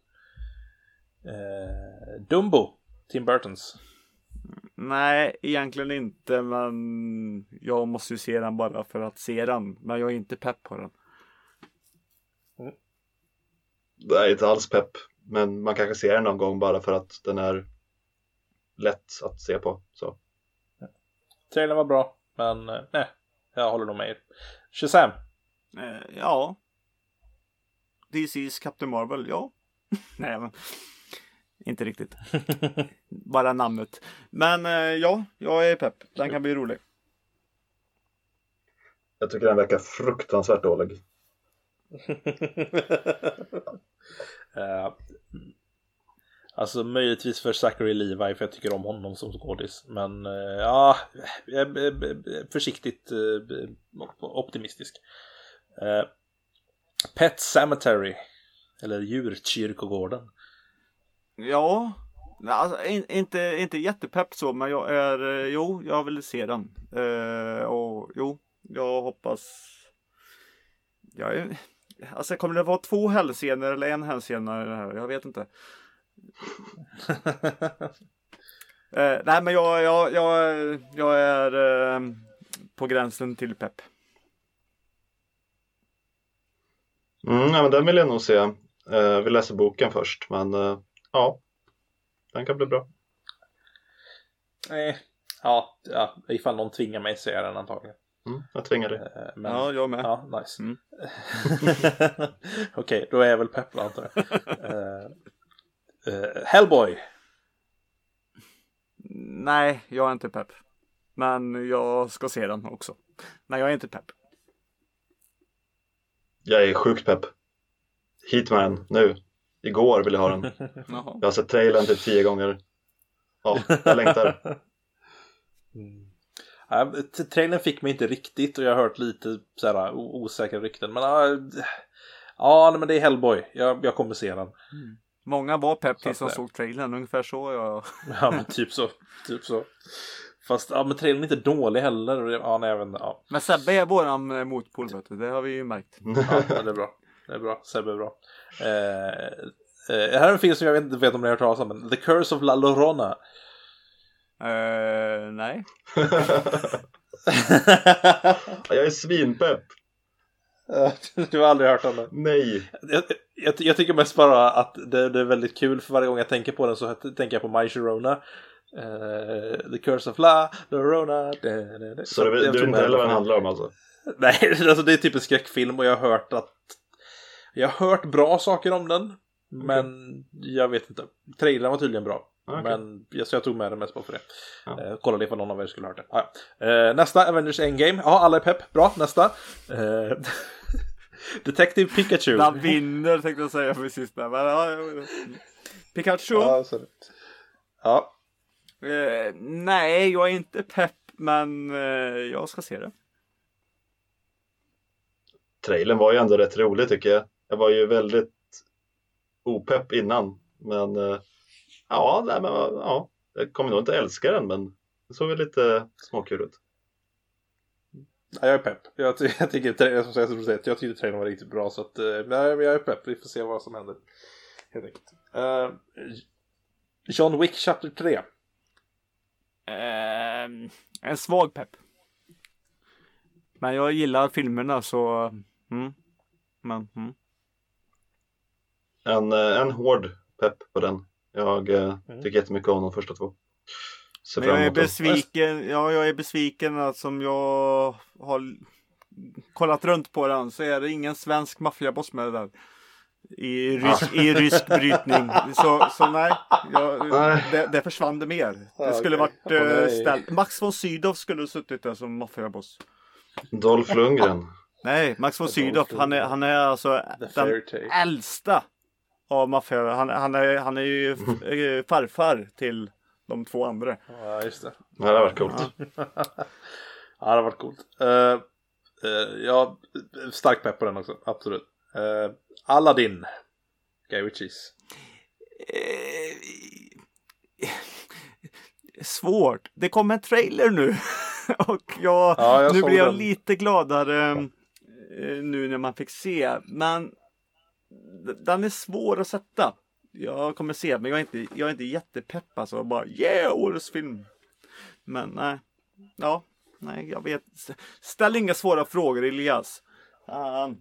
Eh, Dumbo. Tim Burtons. Nej, egentligen inte, men jag måste ju se den bara för att se den. Men jag är inte pepp på den. Mm. Det är inte alls pepp, men man kanske ser den någon gång bara för att den är lätt att se på. Så. Trailern var bra, men nej, jag håller nog med er. Shazam. Eh, ja. This is Captain Marvel, ja. Nej, men inte riktigt. Bara namnet. Men eh, ja, jag är pepp. Den kan bli rolig. Jag tycker den verkar fruktansvärt dålig. uh, alltså möjligtvis för Zachary Levi, för jag tycker om honom som skådis. Men uh, ja, försiktigt uh, optimistisk. uh, Pet Cemetery, eller Djurkyrkogården. Ja, alltså, in, inte, inte jättepepp så, men jag är, jo, jag vill se den. Uh, och jo, jag hoppas. Jag är, alltså kommer det vara två hälscener eller en hälscena i det här? Jag vet inte. uh, nej, men jag, jag, jag, jag är uh, på gränsen till pepp. Mm, ja, men den vill jag nog se. Uh, vi läser boken först, men uh, ja, den kan bli bra. Nej, ja, ja, ifall någon tvingar mig så är den antagligen. Mm, jag tvingar dig. Uh, men, ja, jag med. Ja, nice. Mm. Okej, okay, då är jag väl pepp, antar jag. uh, uh, Hellboy. Nej, jag är inte pepp. Men jag ska se den också. Nej, jag är inte pepp. Jag är sjukt pepp. Hit med den, nu. Igår vill jag ha den. Jaha. Jag har sett trailern typ tio gånger. Ja, jag längtar. Mm. Ja, trailern fick mig inte riktigt, och jag har hört lite så här osäkra rykten. Men ja, ja men det är Hellboy. Jag, jag kommer se den. Mm. Många var pepp tills de att, såg trailern, ungefär så. Jag... Ja, men typ så. Typ så. Fast ja, men trailern är inte dålig heller. Ja, nej, jag vet inte, ja. Men Sebbe är våran motpol, det har vi ju märkt. Ja, det är bra. Det är bra. Sebbe är bra. Eh, eh, här är en film som jag vet inte vet om ni har hört talas om, men The Curse of La Llorona. Eh, nej. Jag är svinpepp. Du har aldrig hört om den? Nej. Jag, jag, jag tycker mest bara att det, det är väldigt kul, för varje gång jag tänker på den så tänker jag på My Sharona. Uh, The Curse of La Llorona. Da, da, da. Så, så du vet inte heller vad den handlar om alltså? Nej, alltså det är typ en skräckfilm, och jag har hört att jag har hört bra saker om den, okay. Men jag vet inte. Trailern var tydligen bra. Okay. Men jag, så jag tog med den mest på för det. Ja. Eh, kollade ifall någon av er skulle ha hört det. Ah, ja. eh, nästa, Avengers Endgame. Ja, alla är pepp. Bra, nästa. Eh, Detective Pikachu. Den vinner, tänkte jag säga precis där. Men, ja, Pikachu. Ja, så ja. Eh, nej, jag är inte pepp, men eh, jag ska se det. Trailern var ju ändå rätt rolig, tycker jag. Jag var ju väldigt opepp innan. Men eh, ja, nej, men, ja, jag kommer nog inte älska den, men det såg väl lite småkul ut. Ja, jag är pepp. Jag, ty- jag tycker jag, jag, jag, jag tycker trailern var riktigt bra, så att eh, nej, jag är pepp. Vi får se vad som händer. Helt enkelt. Uh, John Wick Chapter tre. Eh, en svag pepp. Men jag gillar filmerna, så mm. Men, mm. En, en hård pepp på den. Jag eh, Mm. tycker jättemycket om de första två. Så Men jag är besviken. Ja, jag är besviken att som jag har kollat runt på den, så är det ingen svensk maffiaboss med det där. I rysk, ah. i rysk brytning. Så, så nej, jag, nej. Det, det försvann det mer. Det skulle okay. varit uh, ställt. Max von Sydow skulle ha suttit där som maffiaboss. Dolph Lundgren. Nej, Max von Sydow, han är, han är alltså den äldsta av maffia. Han, han, är, han är ju farfar till de två andra. Ja, just det. Ja, det har varit coolt. Ja, det har varit coolt. Uh, uh, ja, stark pepp på den också, absolut. Uh, Aladdin. Guy Ritchies. Eh, svårt. Det kommer en trailer nu. Och jag, ja, jag nu blir jag den. lite gladare eh, nu när man fick se. Men den är svår att sätta. Jag kommer se, men jag är inte, jag är inte jättepepp. Alltså bara, yeah, årets film. Men nej. Ja, nej, jag vet. Ställ inga svåra frågor, Elias. Um.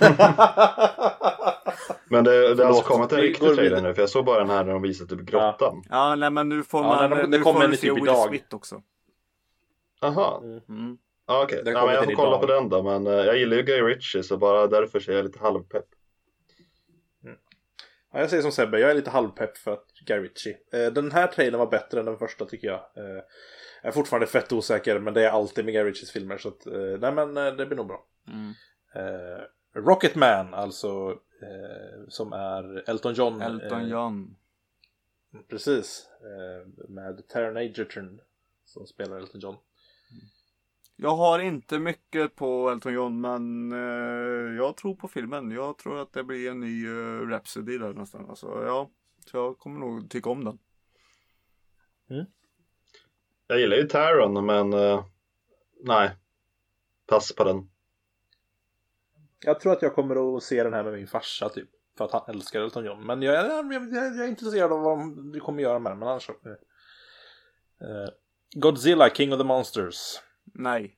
Men det, det har alltså kommit en riktig trailer nu, för jag såg bara den här när de visade typ grottan. Ja, ja nej, men nu får ja, man nej, nu det kommer får en vi se typ Will idag. Smith också. Aha. Mm. Ja, okej. Okay. Ja, jag får kolla idag. På den då, men uh, jag gillar ju Guy Ritchie, så bara därför så är jag lite halvpepp. Mm. Ja, jag säger som Sebbe, jag är lite halvpepp för att Guy Ritchie. Eh, den här trailern var bättre än den första tycker jag. Eh, jag är fortfarande fett osäker, men det är alltid med Guy Ritchies filmer. Så att, eh, nej men eh, det blir nog bra. Mm. Eh, Rocketman, alltså eh, som är Elton John. Elton John. Eh, precis. Eh, med Taron Egerton som spelar Elton John. Jag har inte mycket på Elton John, men eh, jag tror på filmen. Jag tror att det blir en ny eh, Rhapsody där nästan. Alltså, ja, så jag kommer nog tycka om den. Mm. Jag gillar ju Taron, men uh, nej, pass på den. Jag tror att jag kommer att se den här med min farsa typ. För att han älskar Elton John. Men jag, jag, jag, jag är intresserad av vad vi kommer göra med den. Men annars, uh, Godzilla, King of the Monsters. Nej.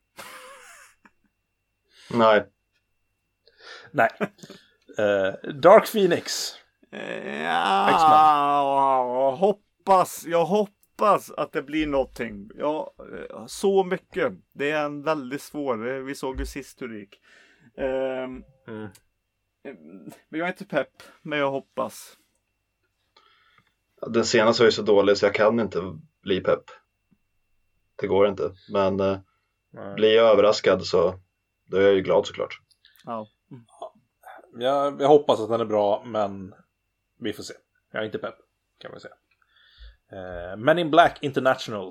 Nej. Nej. Uh, Dark Phoenix. Ja, X-Men. hoppas, jag hoppas att det blir någonting. Ja, så mycket. Det är en väldigt svår. Vi såg ju sist hur det gick. Um, Mm. Men jag är inte pepp, men jag hoppas. Den senaste var ju så dålig så jag kan inte bli pepp. Det går inte. Men uh, blir jag överraskad så då är jag ju glad såklart. Ja. Mm. Jag, jag hoppas att den är bra, men vi får se. Jag är inte pepp, kan man säga. Uh, Men in Black International.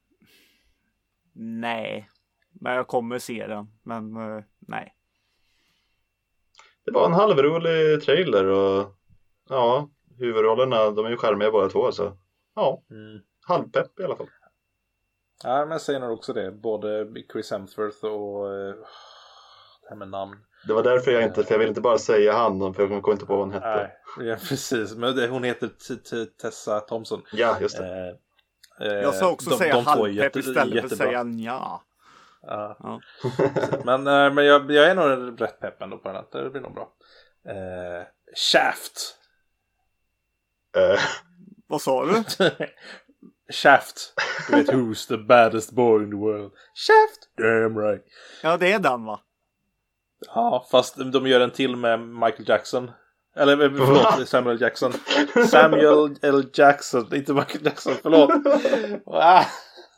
Nej. Men jag kommer se den. Men uh, nej. Det var en halvrolig trailer och ja, huvudrollerna, de är ju charmiga båda två så ja, Mm. halvpepp i alla fall. Ja, men jag säger nog också det. Både Chris Hemsworth och uh, det här med namn. Det var därför jag inte, för jag vill inte bara säga han, för jag kommer inte på vad hon hette. Nej, ja, precis. Men det, hon heter t- t- Tessa Thompson. Ja, just det. Eh, eh, Jag ska också de, säga de två är halvpepp jätte- istället för att jättebra. säga nja. Ja. Ja. Men, eh, men jag, jag är nog rätt pepp ändå på den här. Det blir nog bra. Eh, Shaft. Eh, Vad sa du? Shaft. Du vet, who's the baddest boy in the world? Shaft. Damn right. Ja, det är den va? Ja, fast de gör en till med Michael Jackson. Eller förlåt, Samuel Jackson. Samuel L. Jackson. Inte Michael Jackson, förlåt. Ah.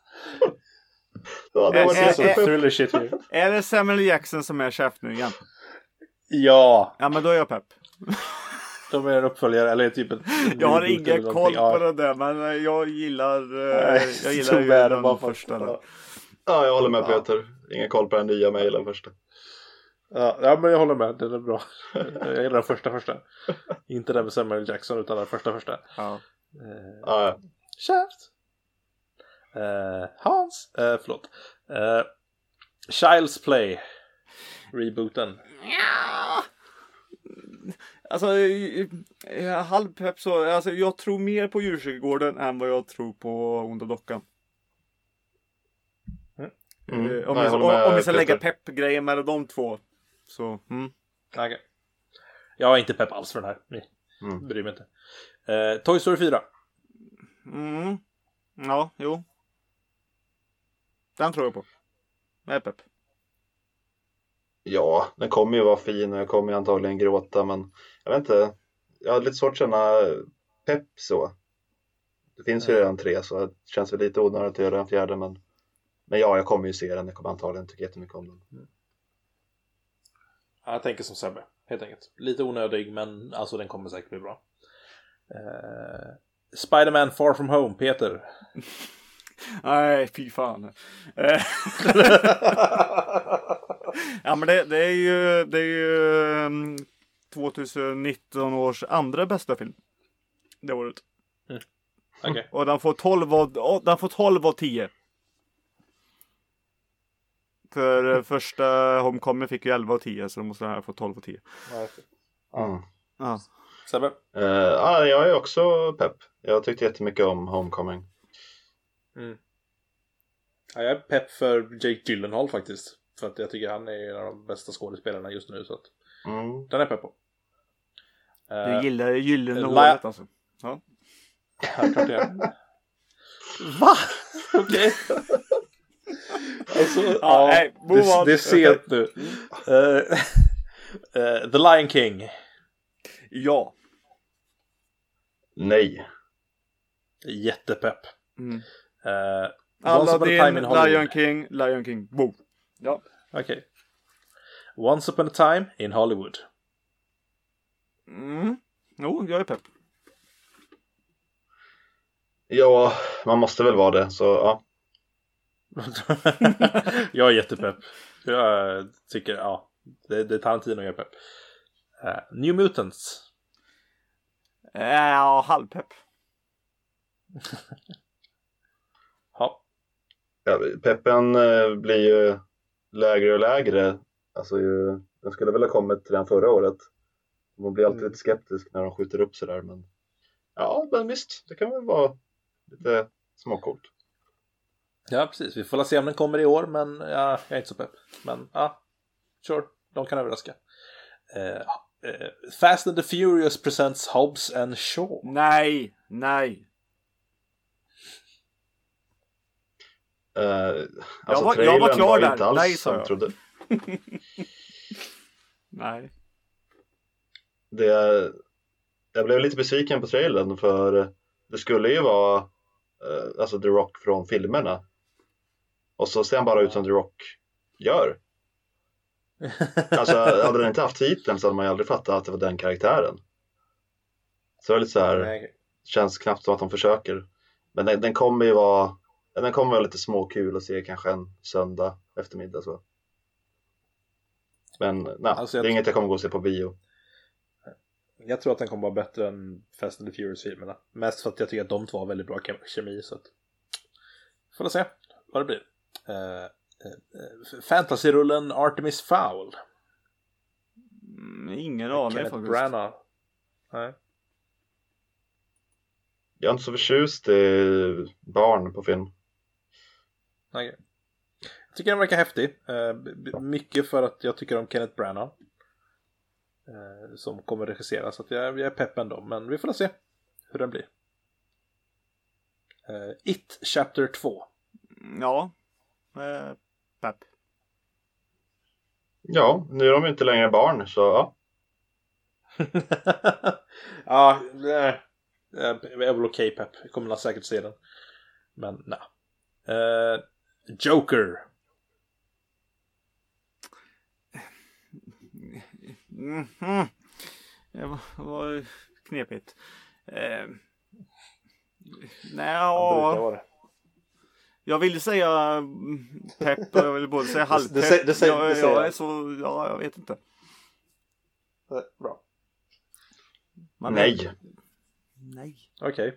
ja, det Eh, var Det eh, är så eh, thriller shit här. Är det Samuel Jackson som är chef nu igen? Ja, Ja, men då är jag pepp. de är en uppföljare eller typ ett Jag har reboot ingen eller koll någonting. på Ja. det där, men jag gillar, eh, Nej, jag gillar så ju värre den bara första. för- Där. Ja, jag håller med Ja. Peter. Ingen koll på den nya mejlen första. Ja, ja, men jag håller med. Den är bra. Jag gillar den första första. Inte den med Samuel Jackson utan den första första. Ja. Eh, Ja, Shaft. Eh, Hans. Eh, förlåt. Eh, Child's Play. Rebooten. Ja. Alltså, eh, eh, halvpepp så, alltså jag tror mer på Djurkyrkogården än vad jag tror på Onda Dockan. mm. Eh, om, Nej, vi, jag håller om, med om vi ska Peter. lägga peppgrejer med de två. Så, mm. Okay. Jag är inte pepp alls för den här. Nej, Mm. bryr mig inte. Eh, Toy Story fyra. Mm. Ja, jo. Den tror jag på. Jag är pepp. Ja, den kommer ju vara fin och jag kommer ju antagligen gråta, men jag vet inte. Jag har lite svårt att känna pepp så. Det finns ju Mm. redan tre så det känns väl lite onödigt att göra en fjärde, men men ja, jag kommer ju se den. Jag kommer antagligen tycka jättemycket om den. Ja, jag tänker som Sebbe, helt enkelt. Lite onödig, men alltså den kommer säkert bli bra. Eh, Spider-Man Far From Home, Peter. Nej, fy fan. Eh, ja, men det, det är ju, det är ju um, tjugonitton års andra bästa film. Det året. Okej. Och den får tolv av, oh, den får tolv av tio. För eh, första Homecoming fick ju elva av tio, så då måste den här få tolv av tio. Mm. Ja. Sebbe? Uh, ja, jag är också pepp. Jag tyckte jättemycket om Homecoming. Mm. Ja, jag är pepp för Jake Gyllenhaal faktiskt. För att jag tycker han är en av de bästa skådespelarna just nu. Så att Mm. den är pepp på. Eh, Du gillar gyllene La- hålet alltså. Ja. Ja, klart jag. Va? Okej. Alltså, ja, Ja, nej, move det, on. det är sent nu. Eh, eh, The Lion King. Ja. Nej. Jättepepp. Mm. Uh, Once upon a Aladdin, time in Hollywood. Lion King, Lion King, boom. Ja. Okej. Okay. Once upon a time in Hollywood. Mm. Jo, jag är pepp. Ja, man måste väl vara det, så ja. Jag är jättepepp. Jag tycker, ja, det, det är Tarantino jag är pepp. Uh, New Mutants. Ja, halvpepp. Ja. Ja, peppen eh, blir ju lägre och lägre. Alltså ju, den skulle väl ha kommit redan förra året. Man blir alltid Mm. lite skeptisk när de skjuter upp sådär, men ja, men visst, det kan väl vara lite småcoolt. Ja, precis. Vi får se om den kommer i år, men ja, jag är inte så pepp. Men ja, sure, de kan överraska. Uh, uh, Fast and the Furious presents Hobbs and Shaw. Nej, nej. Uh, alltså jag, var, jag var klar var där. Inte alls Nej, sa jag. Trodde. Nej. Det, jag blev lite besviken på trailern, för det skulle ju vara uh, alltså The Rock från filmerna. Och så ser han bara ut som The Rock gör. Alltså hade den inte haft titeln så hade man ju aldrig fattat att det var den karaktären. Så det är lite så här, Nej. känns knappt som att de försöker. Men den, den kommer ju vara den kommer vara lite småkul att se kanske en söndag eftermiddag så. Men nej, Alltså, det är jag inget jag kommer gå och se på bio. Jag tror att den kommer vara bättre än Fast and the Furious-filmerna. Mest för att jag tycker att de två har väldigt bra kemi, så att får vi se vad det blir. Uh, uh, Fantasy-rullen Artemis Fowl. Mm, ingen aning Kenneth faktiskt. Branagh. Nej. Jag är inte så förtjust i barn på film. Okay. Jag tycker den verkar häftig. Uh, mycket för att jag tycker om Kenneth Branagh. Uh, som kommer regissera. Så att jag, jag är pepp ändå. Men vi får se hur den blir. Uh, It Chapter två. Ja. Eh, pepp. Ja, nu är de ju inte längre barn, så ja. Ja, nej. Jag är väl okej pepp. Jag kommer nog säkert se den. Men nej. Uh, Joker. Mm-hmm. Det var, var knepigt. Eh, nej, ja. Jag vill säga pepp och jag vill både säga halvpepp. Det, det, det, det, jag, det säger jag jag. är så, ja, jag vet inte. Bra. Man Nej. Är... Nej. Okej.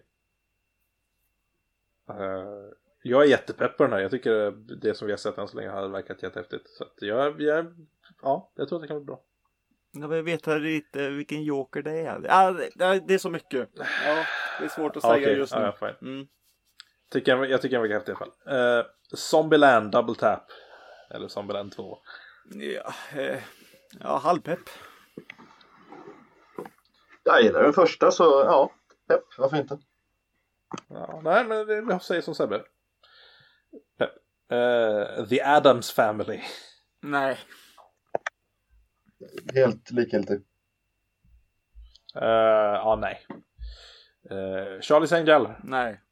Okay. Uh, jag är jättepepp på den här. Jag tycker det som vi har sett än så länge har verkat jättehäftigt. Så att jag, jag, ja, jag tror att det kan bli bra. Jag vill veta lite vilken Joker det är. Ja, det, det är så mycket. Ja, det är svårt att säga okay. just nu. Ja, fine. Mm. Tycker jag, jag tycker den verkar häftig i alla fall. Uh, Zombieland Double Tap. Eller Zombieland två. Ja, eh, ja halvpepp. Jag gillar den första, så ja, pepp, varför inte? Ja, nej, men jag säger som Sebbe. Pepp. Uh, The Addams Family. Nej. Helt likgiltig. Uh, ja, nej. Uh, Charlie's Angel. Nej.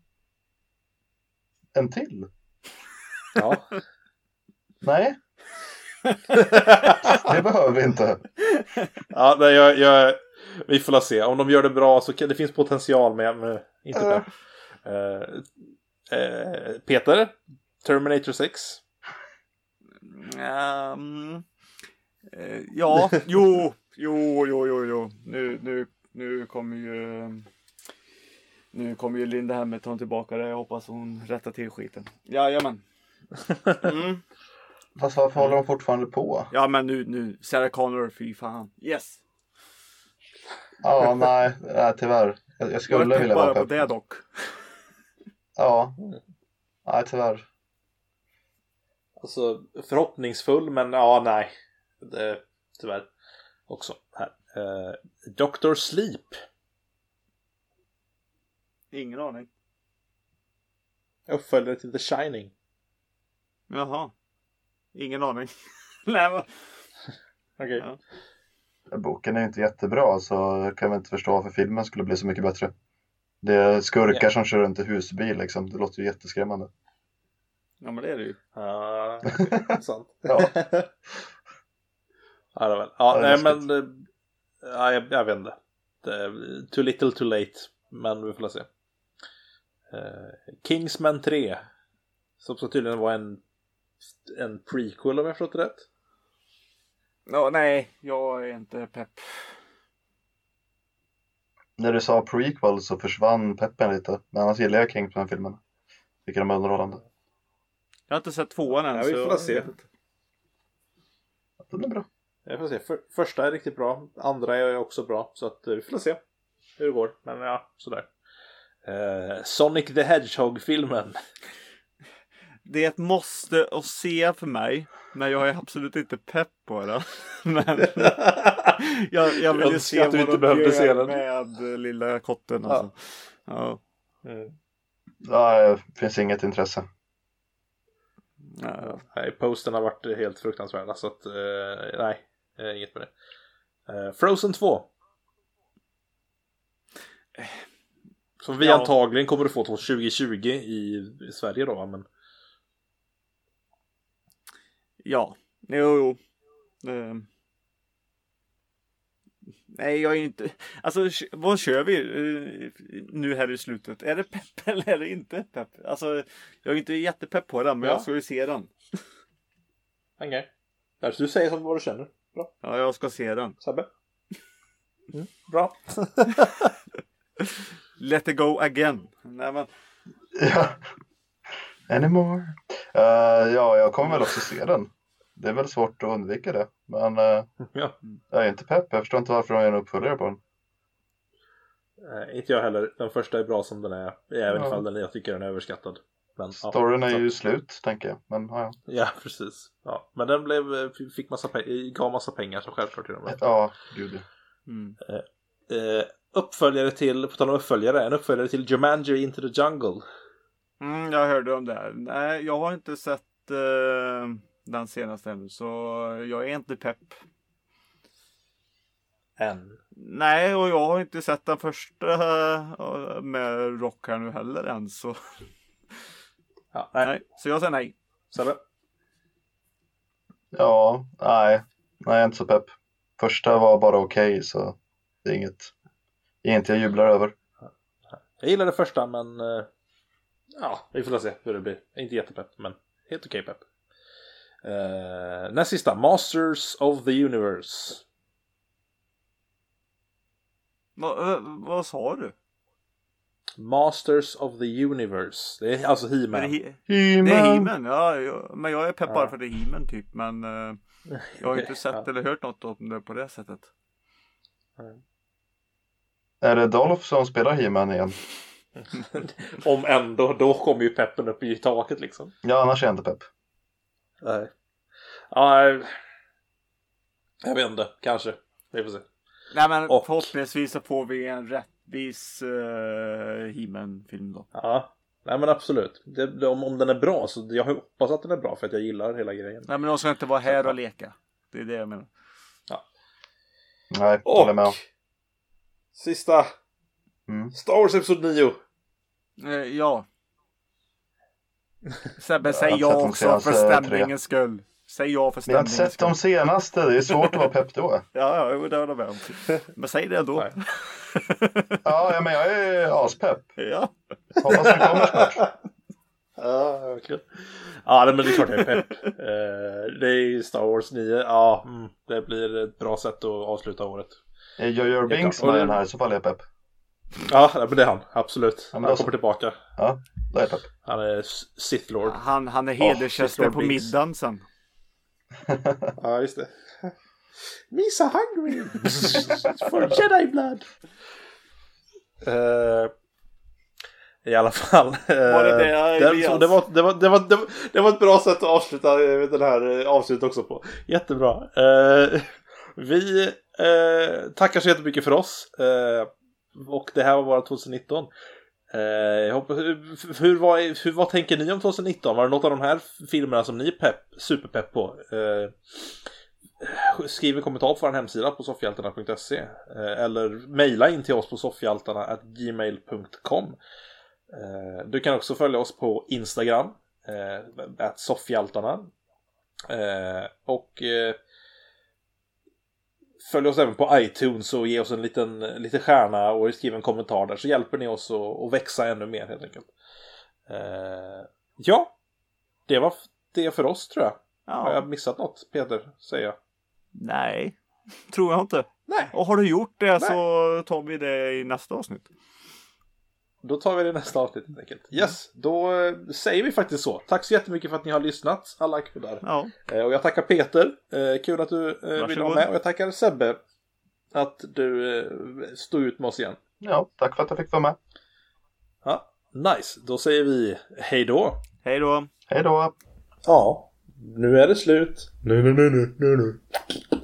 En till? Ja. Nej. Det behöver vi inte. Ja, nej, jag, jag, vi får se. Om de gör det bra så kan det finns potential med, med inte uh. Uh, uh, Peter, Terminator sex. Um, uh, ja, jo, jo, jo, jo, jo. Nu, nu, nu kommer ju nu kommer ju Linda Hamilton tillbaka där. Jag hoppas hon rättar till skiten. Jajamän. Mm. Fast varför håller de fortfarande på? Ja, men nu, nu. Sarah Connor, fy fan. Yes. Ja, nej, nej tyvärr. Jag, jag skulle jag vilja vara på det dock. Ja. Nej, tyvärr. Alltså, förhoppningsfull, men ja, nej. Det, tyvärr. Också här. Uh, Doctor Sleep. Ingen aning. Uppföljare till The Shining. Jaha. Ingen aning. Nej, men... Okej. Ja. Boken är inte jättebra, så jag kan väl inte förstå varför filmen skulle bli så mycket bättre. Det är skurkar yeah. som kör runt i husbil liksom. Det låter ju jätteskrämmande. Ja, men det är det ju. Ja, sant. Ja. Ja, det är väl. Ja, nej, men ja, jag, jag vet inte. Too little too late. Men vi får se. Uh, Kingsman tre. Som så tydligen var en en prequel, om jag förstått rätt. Ja, nej, jag är inte pepp. När du sa prequel så försvann peppen lite. Men annars gillar jag Kingsman-filmen. Tycker de är underhållande. Jag har inte sett tvåan än. Ja, vi får så... se. Den är bra. Jag får se. För, första är riktigt bra. Andra är också bra. Så att vi får se hur det går. Men ja, sådär. Uh, Sonic the Hedgehog-filmen. Det är ett måste att se för mig. Men jag är absolut inte pepp på det. Men jag, jag vill ju se vad de gör med lilla kotten. Alltså. Ja. Ja. Mm. Ja, det finns inget intresse. Ja. Nej, posten har varit helt fruktansvärda. Så att, eh, nej, eh, inget med det. Eh, Frozen två. Som vi ja. antagligen kommer att få till tjugo tjugo i, i Sverige då, men... Ja, jo, jo. Uh, nej, jag är inte... Alltså, vad kör vi uh, nu här i slutet? Är det pepp eller är det inte pepp? Alltså, jag är inte jättepepp på den, men ja. jag ska ju se den. Okej. Okay. Alltså, du säger som vad du känner. Bra. Ja, jag ska se den. Sabbe? Mm, bra. Let it go again. Nej, men... Ja. Anymore. Uh, ja, jag kommer väl också se den. Det är väl svårt att undvika det. Men uh, ja. jag är inte pepp. Jag förstår inte varför de gör en uppföljare på den. Uh, inte jag heller. Den första är bra som den är. Även ja. fall den jag tycker den är överskattad. Men, storyn ja, är så. ju slut, tänker jag. Men, ja, ja. ja, precis. Ja. Men den blev, fick massa pe- gav massa pengar, så självklart till dem. Ja, gud. Mm. Uh, uh, uppföljare till, på tal om uppföljare, en uppföljare till Jumanji Into the Jungle. Mm, jag hörde om det här. Nej, jag har inte sett uh, den senaste ännu, så jag är inte pepp. Än? Nej, och jag har inte sett den första uh, med Rock här nu heller än, så... ja, nej. nej. Så jag säger nej. Sebbe? Ja, nej. Nej, jag är inte så pepp. Första var bara okej, okay, så det är inget, inget jag jublar över. Jag gillar det första, men... Uh... ja, vi får se hur det blir. Inte jättepepp, men helt okej pepp. Uh, nästa sista, Masters of the Universe. Va, uh, vad sa du? Masters of the Universe. Det är alltså He-Man. Det är, he- He-Man. Det är He-Man, ja. Jag, men jag är pepp bara ja. för det är He-Man typ. Men uh, jag har inte sett ja. eller hört något om det på det sättet. Mm. Är det Dolph som spelar He-Man igen? Om ändå, då kommer ju peppen upp i taket liksom. Ja, annars är jag inte pepp. Nej. Ja, jag vet inte, kanske. Vi får se. Nej, men och... förhoppningsvis så får vi en rättvis uh, He-Man-film då. Ja, nej men absolut. Det, det, om, om den är bra, så jag hoppas att den är bra för att jag gillar hela grejen. Nej, men de ska inte vara här och leka. Det är det jag menar. Ja. Nej, jag håller med. Sista. Mm. Star Wars Episod nio. Eh, ja. Sebbe, säg ja också för stämningens skull. Säg ja för stämningens skull. Vi har inte sett de senaste, det är svårt att vara pepp då. Ja, ja, det var det med. Men säg det då. Ja, men jag är aspepp. Ja. Hoppas det kommer snart. Ja, okej. Ja, men det är klart jag är pepp. Det är Star Wars nio. Ja, det blir ett bra sätt att avsluta året. Jag gör Binks med den här, så faller jag pepp. Ja, men det är han, absolut. Han kommer så. tillbaka. Ja, det är pepp. Han är Sith Lord. Han, han är hedersgäster oh, på middagen sen. Ja, just det. Me so hungry for Jedi blood. Uh, I alla fall. Uh, var det, det, det, det, var, det, var, det, var, det, var, det var ett bra sätt att avsluta den här avslutet också på. Jättebra. Uh, vi uh, tackar så jättemycket för oss. Uh, och det här var våra tjugonitton. Uh, jag hoppas, hur, hur, var, hur, vad tänker ni om tjugonitton? Var det något av de här filmerna som ni är pepp, superpepp på? Uh, skriv en kommentar på vår hemsida på soffhjältarna punkt se eh, eller mejla in till oss på soffhjältarna at gmail punkt com. eh, Du kan också följa oss på Instagram eh, at soffhjältarna eh, och eh, följ oss även på iTunes och ge oss en liten lite stjärna och skriv en kommentar där, så hjälper ni oss att, att växa ännu mer helt enkelt. eh, Ja, det var det för oss, tror jag. Ja. Har jag missat något, Peter, säger jag? Nej, tror jag inte. Nej. Och har du gjort det Nej. så tar vi det i nästa avsnitt. Då tar vi det i nästa avsnitt helt enkelt. Yes, då eh, säger vi faktiskt så. Tack så jättemycket för att ni har lyssnat, alla kuddar. Ja. Eh, och jag tackar Peter, eh, kul att du eh, ville vara med. Och jag tackar Sebbe att du eh, stod ut med oss igen. Ja, tack för att jag fick vara med. Ja, nice, då säger vi hej då. Hej då. Hej då. Ja, nu är det slut. Nu, nu, nu, nu, nu, nu.